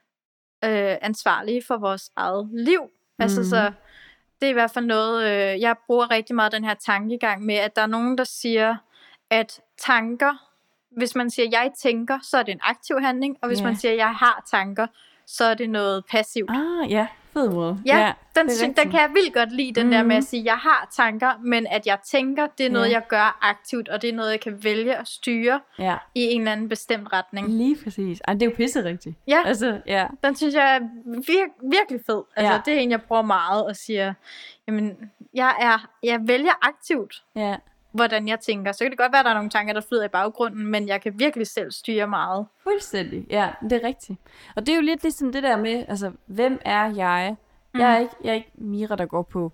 ansvarlige for vores eget liv. Altså så det er i hvert fald noget, jeg bruger rigtig meget den her tankegang med, at der er nogen, der siger, at tanker, hvis man siger, jeg tænker, så er det en aktiv handling, og hvis man siger, jeg har tanker, så er det noget passivt. Fed måde. Den kan jeg vildt godt lide, den der med at sige, jeg har tanker, men at jeg tænker, det er noget, jeg gør aktivt, og det er noget, jeg kan vælge at styre i en eller anden bestemt retning. Lige præcis. Det er jo pisserigtigt. Den synes jeg er virkelig fed. Altså, det er en, jeg bruger meget og siger, jamen, jeg vælger aktivt, hvordan jeg tænker. Så kan det godt være, at der er nogle tanker, der flyder i baggrunden, men jeg kan virkelig selv styre meget. Fuldstændig, det er rigtigt. Og det er jo lidt ligesom det der med, altså, hvem er jeg? Jeg er ikke Mira, der går på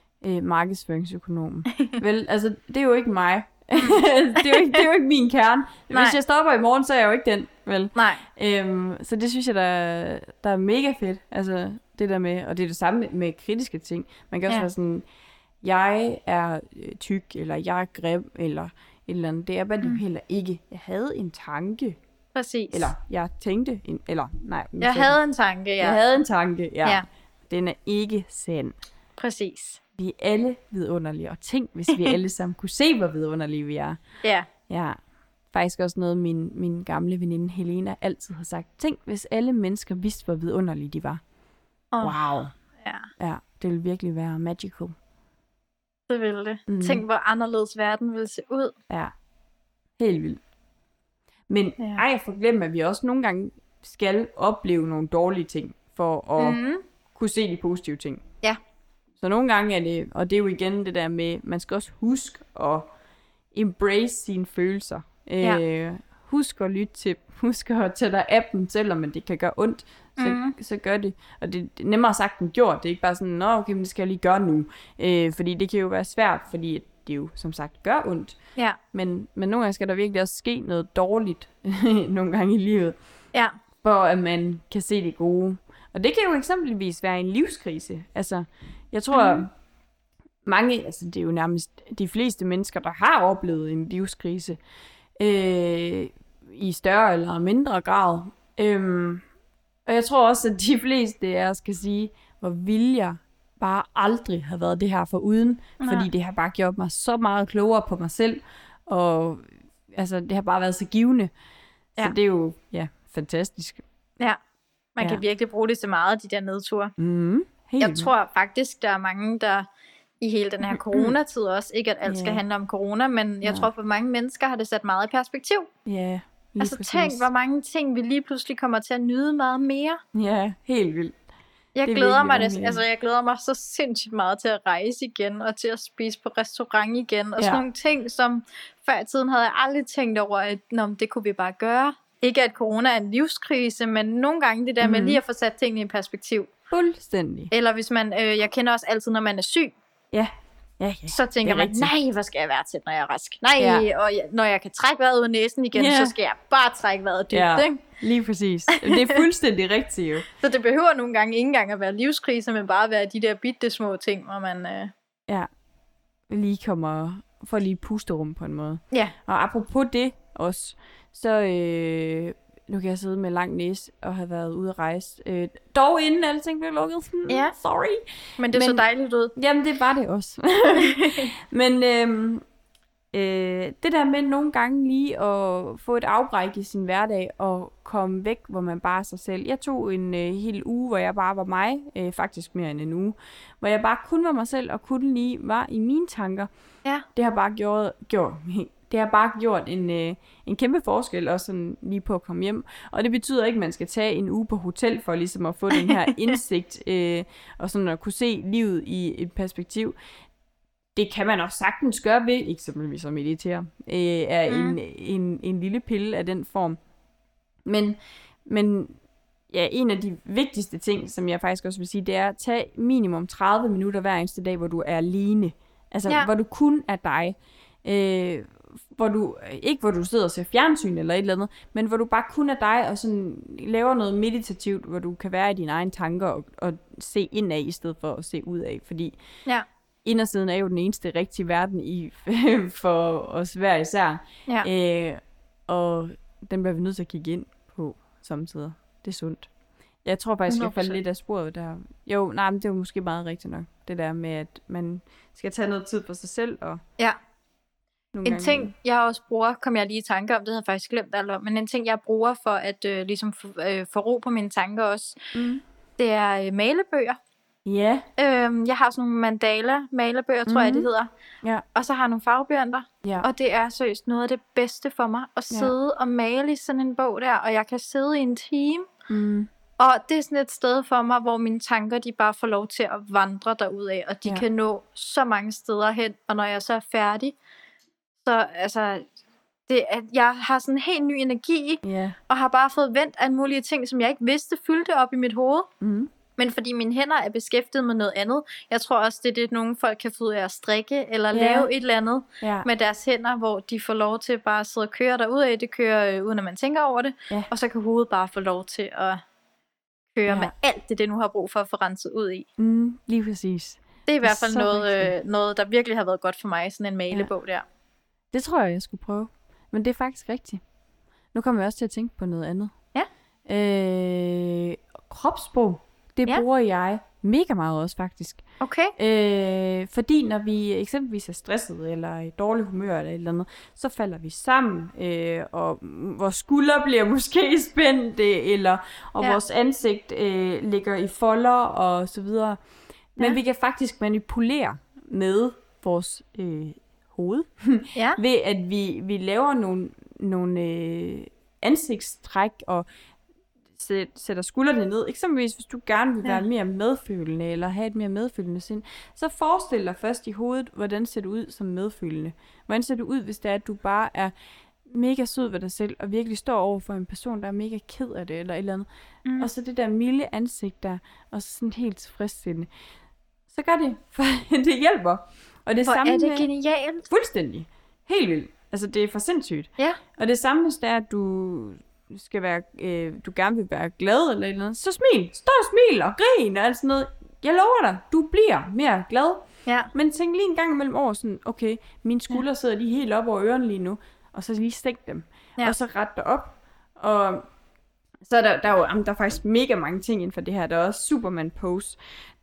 markedsføringsøkonomen. Vel, altså, det er jo ikke mig. det er jo ikke min kerne. Nej. Hvis jeg stopper i morgen, så er jeg jo ikke den, vel? Nej. Så det synes jeg, der er mega fedt. Altså, det der med, og det er det samme med kritiske ting. Man kan også være sådan, jeg er tyk, eller jeg er grim, eller et eller andet. Det er bare heller ikke. Jeg havde en tanke. Præcis. Eller jeg tænkte, Jeg havde en tanke, Jeg havde en tanke, ja. Den er ikke sand. Præcis. Vi er alle vidunderlige, og tænk, hvis vi alle sammen kunne se, hvor vidunderlige vi er. Ja. Faktisk også noget, min gamle veninde Helena altid har sagt. Tænk, hvis alle mennesker vidste, hvor vidunderlige de var. Wow. Ja, det ville virkelig være magical. Det ville det. Tænk, hvor anderledes verden ville se ud. Ja, helt vildt. Men jeg får glemt, at vi også nogle gange skal opleve nogle dårlige ting, for at kunne se de positive ting. Ja. Så nogle gange er det, og det er jo igen det der med, man skal også huske at embrace sine følelser. Husk at lytte til, husk at tage dig af dem, selvom det kan gøre ondt, så gør det. Og det er nemmere sagt end gjort. Det er ikke bare sådan, okay, men det skal jeg lige gøre nu. Fordi det kan jo være svært, fordi det jo som sagt gør ondt. Ja. Men nogle gange skal der virkelig også ske noget dårligt nogle gange i livet. Ja. For at man kan se det gode. Og det kan jo eksempelvis være en livskrise. Altså, jeg tror, mange, altså det er jo nærmest de fleste mennesker, der har oplevet en livskrise, i større eller mindre grad. Og jeg tror også, at de fleste af os kan sige, hvor vil jeg bare aldrig have været det her foruden, fordi det har bare gjort mig så meget klogere på mig selv, og altså, det har bare været så givende. Så det er jo, fantastisk. Ja, man kan virkelig bruge det til meget, de der nedture. Jeg tror faktisk, der er mange, der i hele den her coronatid også, ikke at alt skal handle om corona, men jeg tror for mange mennesker har det sat meget i perspektiv. Ja, altså præcis. Tænk, hvor mange ting vi lige pludselig kommer til at nyde meget mere. Ja, helt vildt. Jeg Det er glæder virkelig mig vanvittigt. jeg glæder mig så sindssygt meget til at rejse igen, og til at spise på restaurant igen, og sådan nogle ting, som før i tiden havde jeg aldrig tænkt over, at det kunne vi bare gøre. Ikke at corona er en livskrise, men nogle gange det der med lige at få sat tingene i perspektiv. Fuldstændig. Eller hvis man, jeg kender også altid, når man er syg, Ja. så tænker man, rigtigt. nej, hvor skal jeg være til, når jeg er rask? Nej, og når jeg kan trække vejret ud af næsen igen, så skal jeg bare trække vejret dybt, ikke? Lige præcis. Det er fuldstændig rigtigt jo. Så det behøver nogle gange ikke engang at være livskrise, men bare at være de der bitte små ting, hvor man... Lige får lige et pusterum på en måde. Ja. Og apropos det også, så nu kan jeg sidde med lang næse og have været ude at rejse. Dog inden alting blev lukket. Sorry. Men det så dejligt ud. Jamen, det var det også. Men det der med nogle gange lige at få et afbræk i sin hverdag og komme væk, hvor man bare er sig selv. Jeg tog en hel uge, hvor jeg bare var mig, faktisk mere end en uge, hvor jeg bare kun var mig selv og kun lige var i mine tanker. Ja. Det har bare gjort en kæmpe forskel, også sådan lige på at komme hjem. Og det betyder ikke, at man skal tage en uge på hotel for ligesom at få den her indsigt og sådan at kunne se livet i et perspektiv. Det kan man også sagtens gøre ved, eksempelvis at meditere, er en lille pille af den form. Men ja, en af de vigtigste ting, som jeg faktisk også vil sige, det er at tage minimum 30 minutter hver eneste dag, hvor du er alene. Altså, hvor du kun er dig. Hvor du sidder og ser fjernsyn eller et eller andet, men hvor du bare kun er dig og sådan laver noget meditativt, hvor du kan være i dine egne tanker og se indad i stedet for at se udad, fordi indersiden er jo den eneste rigtige verden for os hver især. Og den bliver vi nødt til at kigge ind på samtidig. Det er sundt. Jeg tror faktisk, 100%. Jeg faldt lidt af sporet der. Jo, nej, men det er jo måske meget rigtigt nok. Det der med, at man skal tage noget tid for sig selv. Og en ting, jeg også bruger, kom jeg lige i tanke om, det havde jeg faktisk glemt alt om, men en ting, jeg bruger for at ligesom få ro på mine tanker også, det er malebøger. Ja. Jeg har sådan nogle malebøger, tror jeg, det hedder. Ja. Og så har jeg nogle farvebjørner. Ja. Og det er seriøst noget af det bedste for mig, at sidde og male i sådan en bog der, og jeg kan sidde i en time. Og det er sådan et sted for mig, hvor mine tanker, de bare får lov til at vandre derudad, og de kan nå så mange steder hen, og når jeg så er færdig, så altså, jeg har sådan en helt ny energi, og har bare fået vendt alle mulige ting, som jeg ikke vidste fyldte op i mit hoved. Men fordi mine hænder er beskæftiget med noget andet. Jeg tror også, det er det, nogle folk kan få ud af at strikke, eller lave et eller andet med deres hænder, hvor de får lov til bare at sidde og køre derudad. Det kører uden at man tænker over det. Og så kan hovedet bare få lov til at køre med alt det nu har brug for at få renset ud i. Lige præcis. Det er i hvert fald noget, der virkelig har været godt for mig, sådan en malebog der. Det tror jeg skulle prøve. Men det er faktisk rigtigt. Nu kommer jeg også til at tænke på noget andet. Ja. Kropssprog. Det bruger jeg mega meget også, faktisk. Okay. Fordi når vi eksempelvis er stresset, eller i dårlig humør, eller et eller andet, så falder vi sammen, og vores skuldre bliver måske spændte, og vores ansigt ligger i folder, og så videre. Men vi kan faktisk manipulere med vores hoved, ved at vi laver nogle ansigtstræk, og sætter skuldrene ned. Eksempelvis, hvis du gerne vil være mere medfølende, eller have et mere medfølende sind, så forestil dig først i hovedet, hvordan ser du ud som medfølende. Hvordan ser du ud, hvis det er, at du bare er mega sød ved dig selv, og virkelig står over for en person, der er mega ked af det, eller et eller andet. Og så det der milde ansigt der, og så sådan helt tilfredssindende. Så gør det, for det hjælper. Og det samme er det genialt. Fuldstændig. Helt vildt. Altså, det er for sindssygt. Ja. Og det samme, hvis det er, at du skal være, du gerne vil være glad eller et eller andet, så smil. Stå og smil og grin og alt sådan noget. Jeg lover dig, du bliver mere glad. Ja. Men tænk lige en gang imellem over sådan, okay, mine skuldre sidder lige helt op over ørerne lige nu, og så lige stik dem. Og så ret dig op. Og så er der er faktisk mega mange ting inden for det her. Der er også Superman pose.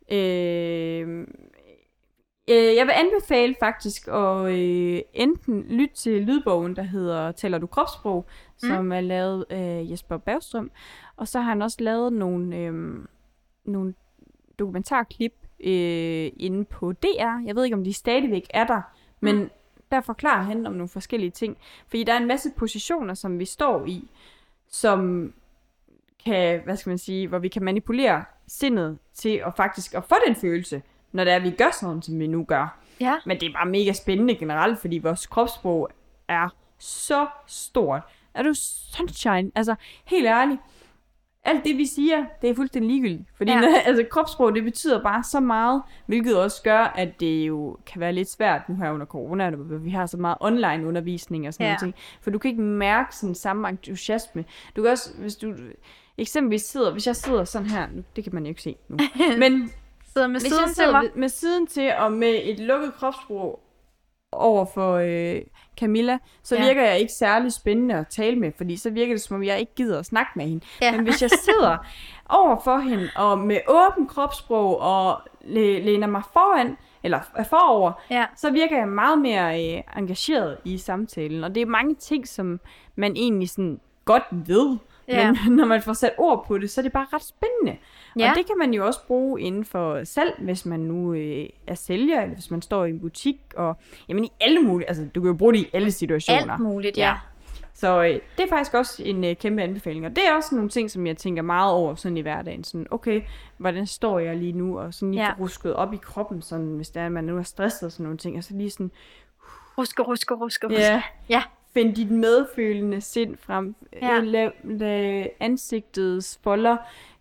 Jeg vil anbefale faktisk at enten lytte til lydbogen, der hedder Taler du kropssprog, som er lavet af Jesper Bergstrøm. Og så har han også lavet nogle dokumentarklip inde på DR. Jeg ved ikke, om de stadigvæk er der, men der forklarer han om nogle forskellige ting. Fordi der er en masse positioner, som vi står i, som kan, hvad skal man sige, hvor vi kan manipulere sindet til at faktisk at få den følelse, når det er, vi gør sådan, som vi nu gør. Ja. Men det er bare mega spændende generelt, fordi vores kropssprog er så stort. Er du sunshine? Altså, helt ærligt. Alt det, vi siger, det er fuldstændig ligegyldigt. Fordi kropssprog, det betyder bare så meget, hvilket også gør, at det jo kan være lidt svært nu her under corona, hvor vi har så meget online undervisning og sådan noget ting. For du kan ikke mærke sådan samme entusiasme. Du kan også, hvis du eksempelvis hvis jeg sidder sådan her, nu, det kan man jo ikke se nu, men sidder med hvis siden jeg sidder til mig. med siden til og med et lukket kropssprog over for Camilla, så virker jeg ikke særlig spændende at tale med, fordi så virker det, som om jeg ikke gider at snakke med hende. Ja. Men hvis jeg sidder over for hende, og med åben kropssprog, og læner mig foran, eller forover, så virker jeg meget mere engageret i samtalen. Og det er mange ting, som man egentlig sådan godt ved, men når man får sat ord på det, så er det bare ret spændende. Ja. Og det kan man jo også bruge inden for salg, hvis man nu er sælger, eller hvis man står i en butik, og jamen i alle mulige, altså du kan jo bruge det i alle situationer. Alt muligt, ja. Så det er faktisk også en kæmpe anbefaling, og det er også nogle ting, som jeg tænker meget over sådan i hverdagen. Sådan, okay, hvordan står jeg lige nu, og sådan lige rusket op i kroppen, sådan, hvis det er, at man nu er stresset og sådan nogle ting, og så lige sådan... Ruske. Ja. Find dit medfølende sind frem. Lad ansigtets folder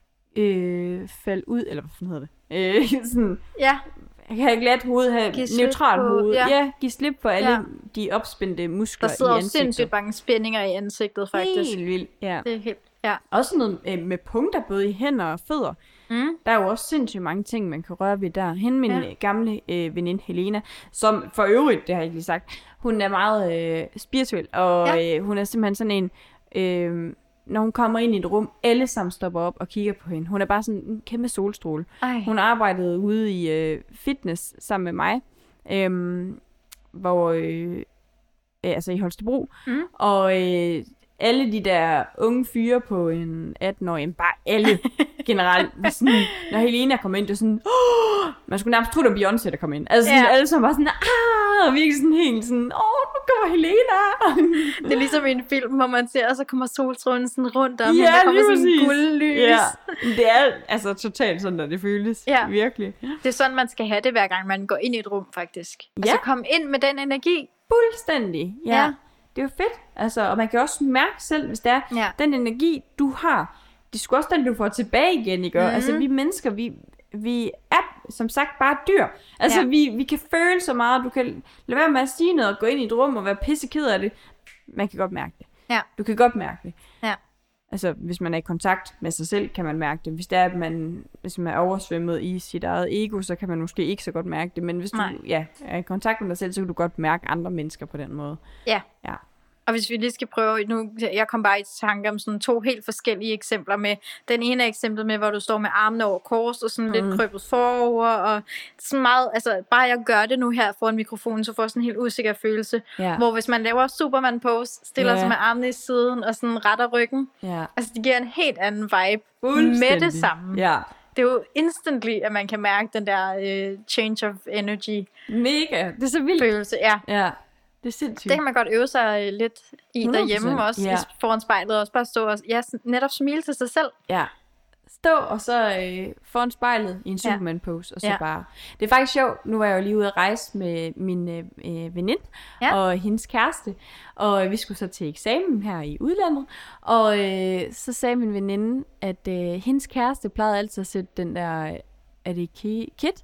falde ud, eller hvad hedder det? Sådan, jeg kan have glat hoved, have neutralt hoved. Ja, give slip for alle de opspændte muskler i ansigtet. Der sidder også sindssygt mange spændinger i ansigtet, faktisk. Helt vildt, ja. Det er helt, Også noget med punkter, både i hænder og fødder. Der er jo også sindssygt mange ting, man kan røre ved der. Hende, min gamle veninde Helena, som for øvrigt, det har jeg ikke lige sagt, hun er meget spirituel, og hun er simpelthen sådan en... når hun kommer ind i et rum, alle sammen stopper op og kigger på hende. Hun er bare sådan en kæmpe solstråle. Hun arbejdede ude i fitness sammen med mig, hvor altså i Holstebro, og alle de der unge fyre på en 18-årig, bare alle generelt, sådan, når Helena kom ind, det var sådan, man skulle nærmest tro, det var Beyoncé, der kom ind. Altså sådan, alle som var sådan, og virkelig sådan helt sådan, nu kommer Helena. Det er ligesom i en film, hvor man ser, og så kommer solstrålen sådan rundt om, der kommer sådan en guldlys. Ja, det er altså totalt sådan, der det føles. Virkelig. Det er sådan, man skal have det, hver gang man går ind i et rum, faktisk. Altså kom ind med den energi. Fuldstændig, ja. Det er jo fedt, altså, og man kan også mærke selv, hvis det er den energi, du har, det er sgu også den, du får tilbage igen, ikke? Altså, vi mennesker, vi er som sagt bare dyr. Altså, vi kan føle så meget, du kan lade være med at sige noget og gå ind i et rum og være pisseked af det. Man kan godt mærke det. Ja. Du kan godt mærke det. Ja. Altså, hvis man er i kontakt med sig selv, kan man mærke det. Hvis det er, at hvis man er oversvømmet i sit eget ego, så kan man måske ikke så godt mærke det. Men hvis du er i kontakt med dig selv, så kan du godt mærke andre mennesker på den måde. Ja. Og hvis vi lige skal prøve, nu, jeg kom bare i tanke om sådan 2 helt forskellige eksempler med, den ene er eksemplet med, hvor du står med armene over kors og sådan lidt krøbet forover, og sådan meget, altså bare jeg gør det nu her foran mikrofonen, så får jeg sådan en helt usikker følelse, hvor hvis man laver Superman pose, stiller sig med armene i siden og sådan retter ryggen, altså det giver en helt anden vibe med det samme. Ja. Det er jo instantly, at man kan mærke den der change of energy. Mega, det er så vildt. Følelse, ja. Det er sindssygt. Det kan man godt øve sig lidt i 100%. Derhjemme også, foran spejlet, og bare stå og netop smile til sig selv. Ja, stå og så foran spejlet i en Superman pose, og så bare... Det er faktisk sjovt, nu var jeg jo lige ude at rejse med min veninde og hendes kæreste, og vi skulle så til eksamen her i udlandet, og så sagde min veninde, at hendes kæreste plejede altid at sætte den der, er det KIT?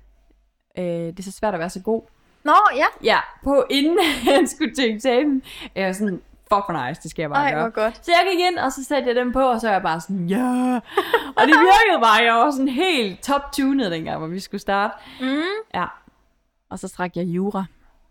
Det er så svært at være så god. Nå, ja. Ja, på inden han skulle til eksamen. Jeg var sådan, fuck for nice, det skal jeg bare gøre. Godt. Så jeg gik ind, og så satte jeg dem på, og så var jeg bare sådan, Og det virkede bare, jeg var sådan helt top-tunet dengang, hvor vi skulle starte. Ja. Og så strak jeg jura.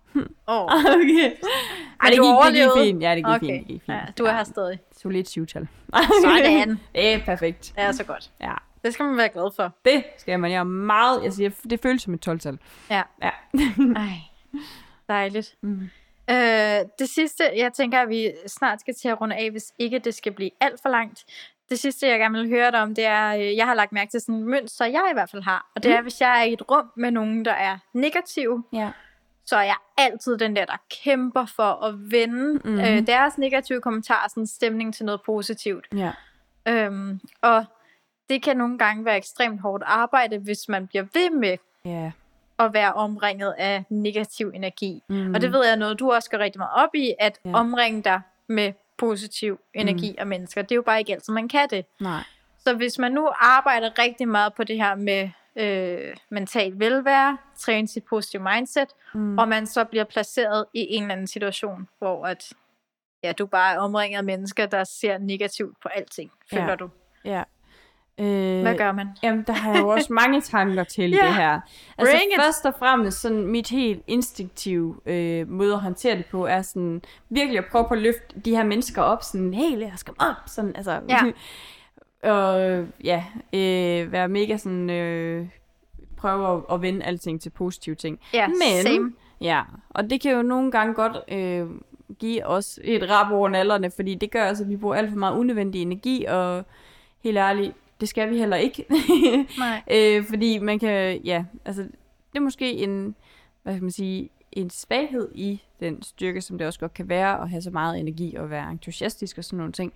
Okay. Ej, det gik fint. Ja, det gik fint. Ja, du er her stadig. Solidt 7-tal. Sådan. Det er perfekt. Det er så godt. Ja. Det skal man være glad for. Det skal man. Jeg er meget... Jeg siger, det føles som et 12-tal. Ja. Ej, dejligt. Det sidste, jeg tænker, at vi snart skal til at runde af, hvis ikke det skal blive alt for langt. Det sidste, jeg gerne vil høre dig om, det er, jeg har lagt mærke til sådan en mønster, jeg i hvert fald har. Og det er, hvis jeg er i et rum med nogen, der er negativ, så er jeg altid den der kæmper for at vende deres negative kommentarer, sådan stemning til noget positivt. Ja. Og det kan nogle gange være ekstremt hårdt arbejde, hvis man bliver ved med at være omringet af negativ energi. Og det ved jeg noget, du også går rigtig meget op i, at omringe dig med positiv energi og mennesker. Det er jo bare ikke altid, man kan det. Nej. Så hvis man nu arbejder rigtig meget på det her med mental velvære, træne sit positive mindset, og man så bliver placeret i en eller anden situation, hvor at, du bare er omringet af mennesker, der ser negativt på alting, føler du? Ja. Hvad gør man? Jamen, der har jeg jo også mange tanker til det her. Altså først og fremmest, sådan mit helt instinktive måde at håndtere det på, er sådan virkelig at prøve på at løfte de her mennesker op, sådan, hey, lad os komme op, sådan, altså, og være mega sådan, prøve at vende alting til positive ting. Ja, men, same. Ja, og det kan jo nogle gange godt give os et rap over nallerne, fordi det gør altså, at vi bruger alt for meget unødvendig energi, og helt ærligt, det skal vi heller ikke. Nej. Fordi man kan, altså, det er måske en, hvad skal man sige, en svaghed i den styrke, som det også godt kan være, at have så meget energi og være entusiastisk og sådan nogle ting.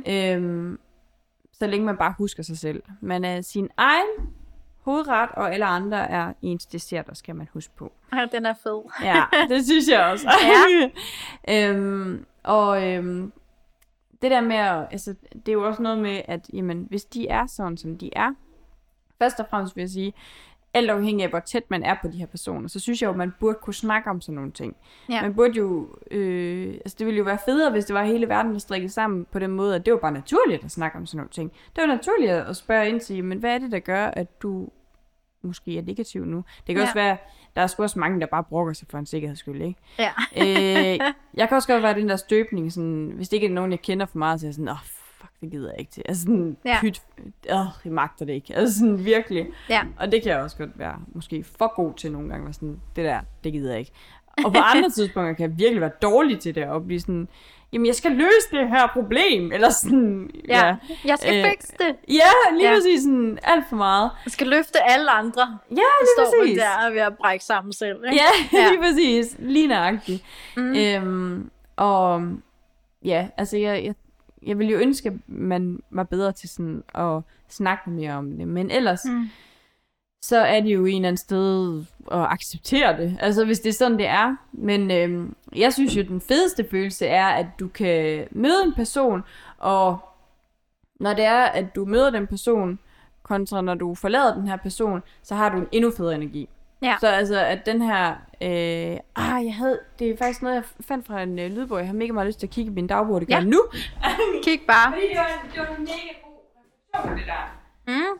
Så længe man bare husker sig selv. Man er sin egen hovedret, og alle andre er ens dessert, der skal man huske på. Ja, den er fed. Ja, det synes jeg også. Det der med, altså, det er jo også noget med, at jamen, hvis de er sådan, som de er, først og fremmest vil jeg sige, alt afhængig af, hvor tæt man er på de her personer, så synes jeg jo, man burde kunne snakke om sådan nogle ting. Ja. Man burde jo, altså det ville jo være federe, hvis det var hele verden, der strikkede sammen på den måde, at det var bare naturligt at snakke om sådan nogle ting. Det var naturligt at spørge ind til, men hvad er det, der gør, at du måske er negativ nu? Det kan også være, der er sgu også mange, der bare brokker sig for en sikkerheds skyld, ikke? Ja. Jeg kan også godt være den der støbning, sådan, hvis det ikke er nogen, jeg kender for meget, så er jeg sådan, fuck, det gider jeg ikke til. Altså sådan, pyt, jeg magter det ikke. Altså sådan, virkelig. Ja. Og det kan jeg også godt være måske for god til nogle gange, sådan, det gider jeg ikke. Og på andre tidspunkter kan jeg virkelig være dårlig til det, og blive sådan, jamen jeg skal løse det her problem, eller sådan, jeg skal fikse det. Ja, lige præcis, sådan alt for meget. Jeg skal løfte alle andre. Ja, lige præcis. Der er ved at brække sammen selv, ikke? Ja, lige præcis, lige nøjagtigt. Og ja, altså jeg ville jo ønske, at man var bedre til sådan at snakke mere om det, men ellers så er det jo en eller anden sted at acceptere det. Altså hvis det er sådan, det er. Men jeg synes jo, den fedeste følelse er, at du kan møde en person, og når det er, at du møder den person, kontra når du forlader den her person, så har du en endnu federe energi. Ja. Så altså, at den her... det er faktisk noget, jeg fandt fra en lydbog. Jeg har mega meget lyst til at kigge i min dagbog. Det gør jeg nu. Kig bare. Fordi det var en mega god refleksion, det der.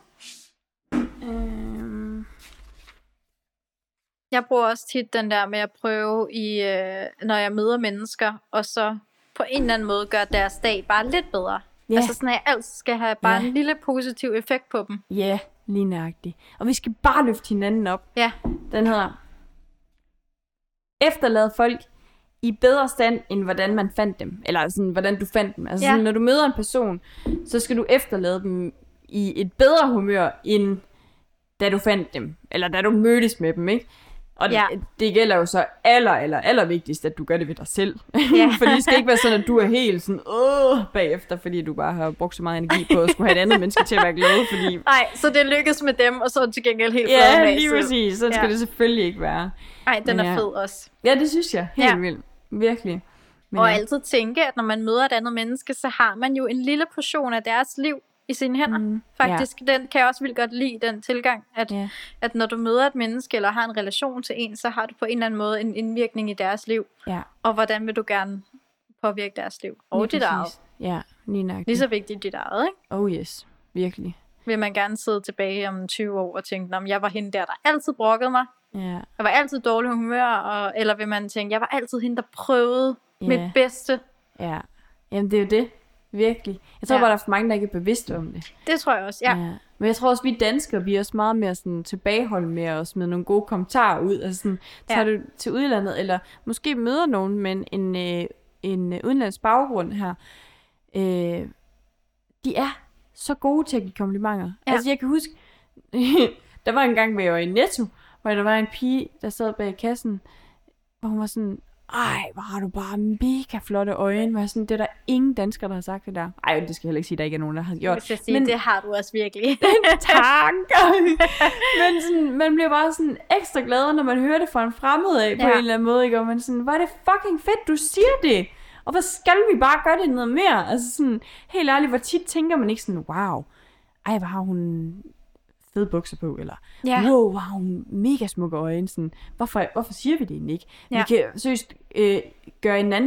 Jeg bruger også tit den der med at prøve, når jeg møder mennesker, og så på en eller anden måde gøre deres dag bare lidt bedre. Yeah. Altså sådan, at jeg altid skal have bare en lille positiv effekt på dem. Ja, lige nøjagtigt. Og vi skal bare løfte hinanden op. Ja. Den hedder: efterlad folk i bedre stand, end hvordan man fandt dem. Eller sådan, hvordan du fandt dem. Altså sådan, når du møder en person, så skal du efterlade dem i et bedre humør, end da du fandt dem. Eller da du mødtes med dem, ikke? Og det gælder jo så aller vigtigst, at du gør det ved dig selv. Yeah. For det skal ikke være sådan, at du er helt sådan, bagefter, fordi du bare har brugt så meget energi på at skulle have et andet menneske til at være glad. Fordi... Nej, så det lykkes med dem, og så til gengæld helt fred med. Ja, lige præcis. Sådan skal det selvfølgelig ikke være. Nej, den er fed også. Ja, det synes jeg. Helt vildt. Virkelig. Men og altid tænke, at når man møder et andet menneske, så har man jo en lille portion af deres liv i sine hænder. Faktisk, den kan jeg også vildt godt lide, den tilgang, at når du møder et menneske, eller har en relation til en, så har du på en eller anden måde en indvirkning i deres liv. Ja. Og hvordan vil du gerne påvirke deres liv? Og lige dit eget. Ja, lige så vigtigt dit eget, ikke? Oh yes, virkelig. Vil man gerne sidde tilbage om 20 år og tænke, jeg var hende der altid brokkede mig. Ja. Jeg var altid dårlig humør, eller vil man tænke, jeg var altid hende, der prøvede mit bedste. Ja, jamen det er jo det. Virkelig. Jeg tror bare, der er for mange, der ikke er bevidste om det. Det tror jeg også, ja. Men jeg tror også, vi danskere, vi er også meget mere sådan tilbageholdende med at smide nogle gode kommentarer ud. Altså sådan, tager du til udlandet, eller måske møder nogen med en udenlandsk baggrund her. De er så gode til at give komplimenter. Ja. Altså jeg kan huske, der var en gang, hvor jeg var i Netto, hvor der var en pige, der sad bag kassen, hvor hun var sådan, hvor har du bare mega flotte øjne. Var sådan, det er der ingen danskere, der har sagt det der. Ej, det skal jeg heller ikke sige, der ikke er nogen, der har gjort. Men det har du også virkelig. Tak! Men sådan, man bliver bare sådan ekstra glad, når man hører det fra en fremmed af på en eller anden måde, ikke? Og man sådan, hvor er det fucking fedt, du siger det! Og hvad skal vi bare gøre det noget mere? Altså sådan, helt ærligt, hvor tit tænker man ikke sådan, wow, hvor har hun fede bukser på, eller wow, hvor har hun mega smukke øjne, sådan, hvorfor siger vi det egentlig ikke? Vi kan seriøst gøre en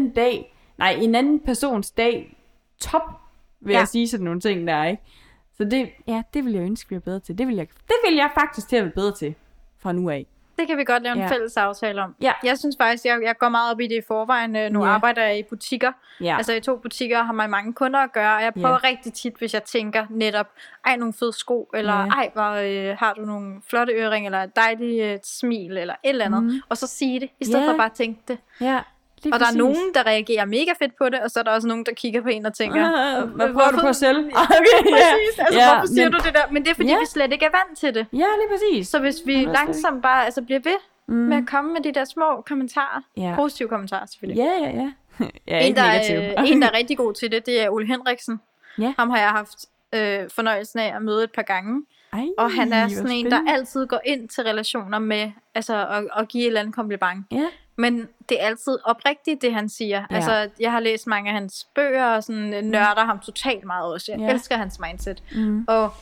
anden persons dag top, ved at sige sådan nogle ting der, ikke? Så det vil jeg ønske, vi er bedre til. Det vil jeg faktisk til at være bedre til fra nu af. Det kan vi godt lave en fælles aftale om. Ja. Jeg synes faktisk, jeg går meget op i det i forvejen. Nu arbejder jeg i butikker. Ja. Altså i 2 butikker har man mange kunder at gøre. Og jeg prøver rigtig tit, hvis jeg tænker netop, nogle fede sko, eller hvor har du nogle flotte øreringe, eller et dejligt smil, eller et eller andet. Og så sige det, i stedet for bare at tænke det. Ja. Og der er nogen, der reagerer mega fedt på det, og så er der også nogen, der kigger på en og tænker, hvad prøver du på selv? Okay, præcis. Altså, hvorfor siger du det der? Men det er, fordi vi slet ikke er vant til det. Ja, lige præcis. Så hvis vi langsomt bare bliver ved med at komme med de der små kommentarer, positive kommentarer selvfølgelig. En, der er rigtig god til det er Ole Henriksen. Ham har jeg haft fornøjelsen af at møde et par gange. Og han er sådan en, der altid går ind til relationer med at give et eller andet kompliment. Men det er altid oprigtigt, det han siger. Altså, jeg har læst mange af hans bøger, og sådan nørder ham totalt meget også. Jeg elsker hans mindset. Og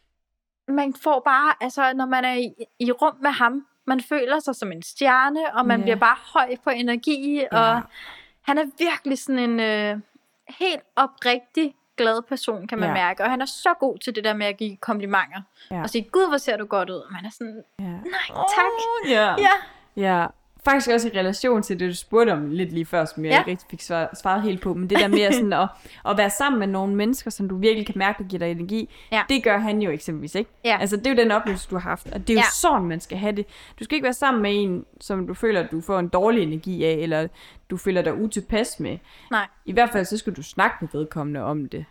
man får bare, altså, når man er i rum med ham, man føler sig som en stjerne, og man bliver bare høj på energi, og han er virkelig sådan en helt oprigtig glad person, kan man mærke. Og han er så god til det der med at give komplimenter. Og sige, gud, hvor ser du godt ud. Og man er sådan, nej, tak. Ja. Faktisk også i relation til det, du spurgte om lidt lige før, som jeg ikke rigtig fik svaret helt på, men det der med sådan at være sammen med nogle mennesker, som du virkelig kan mærke, der giver dig energi, det gør han jo eksempelvis, ikke? Altså, det er jo den oplevelse, du har haft, og det er jo sådan, man skal have det. Du skal ikke være sammen med en, som du føler, at du får en dårlig energi af, eller du føler dig utilpas med. Nej. I hvert fald, så skal du snakke med vedkommende om det.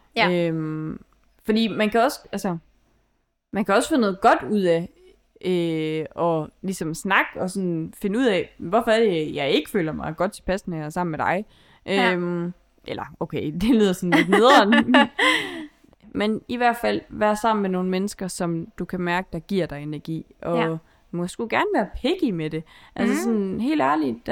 Fordi man kan også få noget godt ud af, og ligesom snakke og sådan finde ud af, hvorfor er det, jeg ikke føler mig godt tilpas, når jeg er sammen med dig. Eller, okay, det lyder sådan lidt nederen. Men i hvert fald være sammen med nogle mennesker, som du kan mærke, der giver dig energi. Og må sgu gerne være picky med det. Altså sådan, helt ærligt,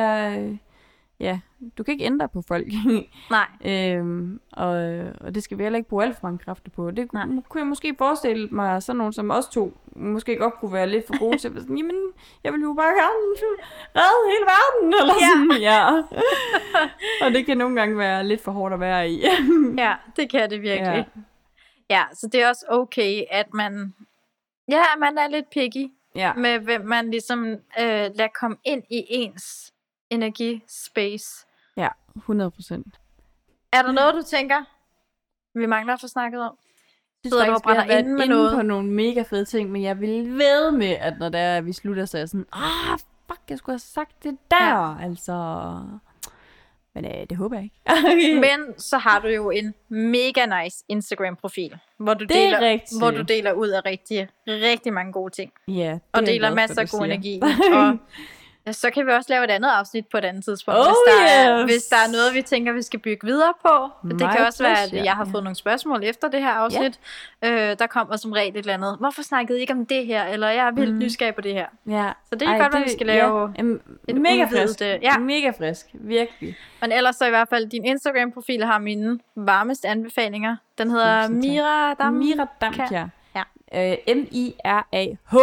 du kan ikke ændre på folk. Nej. Og det skal vi heller ikke bruge alt for mange kræfter på. Det kunne jeg måske forestille mig, sådan nogen som os to, måske godt kunne være lidt for gode til at være sådan, jamen, jeg vil jo bare gerne redde hele verden, eller sådan, Og det kan nogle gange være lidt for hårdt at være i. Det kan det virkelig. Så det er også okay, at man er lidt picky med, hvem man ligesom lader komme ind i ens energispace. Ja, 100%. Er der noget, du tænker, vi mangler at få snakket om? Sidder du og brænder inde med noget? På nogle mega fede ting, men jeg vil ved med, at når vi slutter, så er jeg sådan, jeg skulle have sagt det der, altså. Men det håber jeg ikke. Men så har du jo en mega nice Instagram-profil, hvor du deler ud af rigtig, rigtig mange gode ting. Ja, og deler masser af god energi. Og så kan vi også lave et andet afsnit på et andet tidspunkt, hvis der er noget, vi tænker, vi skal bygge videre på. Det kan også være, at jeg har fået nogle spørgsmål efter det her afsnit. Der kommer som regel et eller andet. Hvorfor snakkede I ikke om det her? Eller jeg er vildt nysgerrig på det her. Så det er godt, at vi skal lave et mega frisk. Mega frisk, virkelig. Men ellers så i hvert fald, din Instagram-profil har mine varmeste anbefalinger. Den hedder Mira Damkjær. M-I-R-A-H.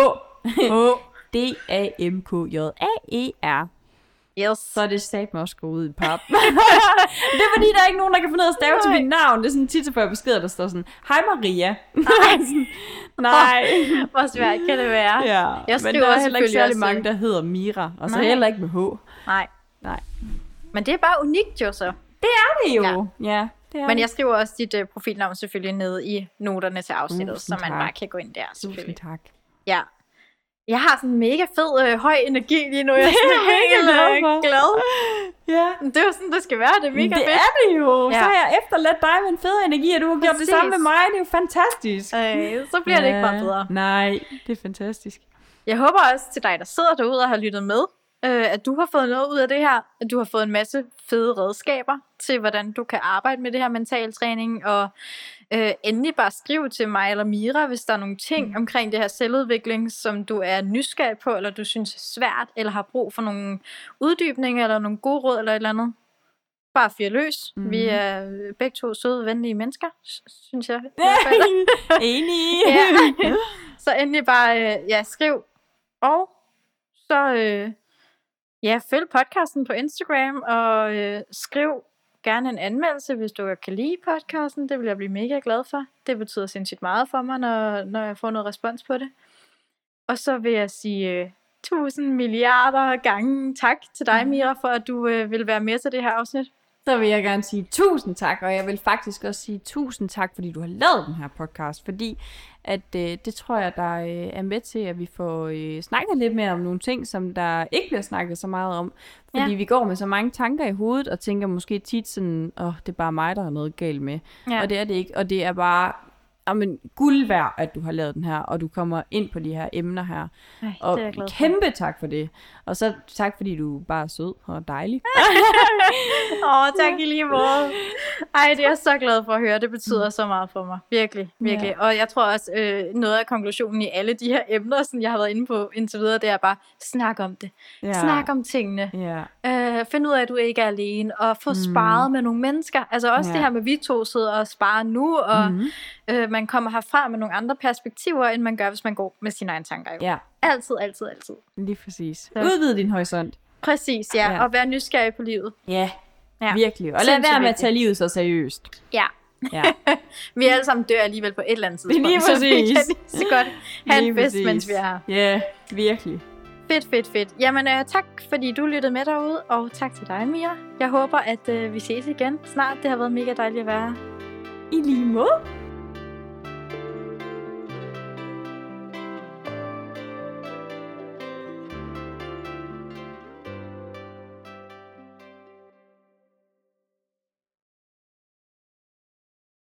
D-A-M-K-J-A-E-R. Yes. Så er det sagt mig også gå ud i pap. Det er fordi, der er ikke nogen, der kan finde ud af at stave til mit navn. Det er sådan tit for beskeder, der står sådan, hej Maria. Nej. Hvor svært kan det være? Ja. Men der er heller ikke særlig mange, der hedder Mira. Og så heller ikke med H. Nej. Men det er bare unikt jo så. Det er det jo. Ja. Men jeg skriver også dit profilnavn selvfølgelig nede i noterne til afsnittet, så man bare kan gå ind der. Tusind tak. Ja. Jeg har sådan en mega fed, høj energi lige nu. Jeg er sådan helt glad. Ja. Det er jo sådan, det skal være. Det er mega fedt. Det er det jo. Ja. Så har jeg efterladt dig med en fed energi, og du har gjort det samme med mig. Det er jo fantastisk. Så bliver det ikke bare bedre. Nej, det er fantastisk. Jeg håber også til dig, der sidder derude og har lyttet med, at du har fået noget ud af det her, at du har fået en masse fede redskaber til, hvordan du kan arbejde med det her mental træning, og endelig bare skriv til mig eller Mira, hvis der er nogle ting omkring det her selvudvikling, som du er nysgerrig på, eller du synes er svært, eller har brug for nogle uddybninger, eller nogle gode råd, eller et eller andet. Bare fyr løs. Vi er begge to søde, venlige mennesker, synes jeg. Enig. Ja. Så endelig bare, skriv. Og så, følg podcasten på Instagram, og skriv gerne en anmeldelse, hvis du kan lide podcasten. Det vil jeg blive mega glad for. Det betyder sindssygt meget for mig, når jeg får noget respons på det. Og så vil jeg sige 1000 milliarder gange tak til dig, Mira, for at du vil være med til det her afsnit. Så vil jeg gerne sige 1000 tak, og jeg vil faktisk også sige 1000 tak, fordi du har lavet den her podcast, fordi at det tror jeg, der er med til, at vi får snakket lidt mere om nogle ting, som der ikke bliver snakket så meget om, fordi vi går med så mange tanker i hovedet, og tænker måske tit sådan, det er bare mig, der er noget galt med, og det er det ikke, og det er bare guld værd, at du har lavet den her, og du kommer ind på de her emner her. Og kæmpe tak for det. Og så tak, fordi du bare er sød og dejlig. Tak i lige måde. Ej, det er jeg så glad for at høre. Det betyder så meget for mig. Virkelig, virkelig. Ja. Og jeg tror også, noget af konklusionen i alle de her emner, som jeg har været inde på indtil videre, det er bare, snak om det. Ja. Snak om tingene. Ja. Find ud af, at du ikke er alene, og få sparet med nogle mennesker. Altså også det her med, vi to sidder og sparer nu, og man kommer herfra med nogle andre perspektiver, end man gør, hvis man går med sine egne tanker. Ja. Altid. Lige præcis. Så. Udvid din horisont. Præcis, ja. Og være nysgerrig på livet. Ja, virkelig. Og lad være med at tage livet så seriøst. Ja. Vi alle sammen dør alligevel på et eller andet tidspunkt. Lige præcis. Så vi kan så godt have en fest, mens vi er her. Ja, virkelig. Fedt. Jamen, tak fordi du lyttede med derude, og tak til dig, Mira. Jeg håber, at vi ses igen snart. Det har været mega dejligt at være her. I lige måde.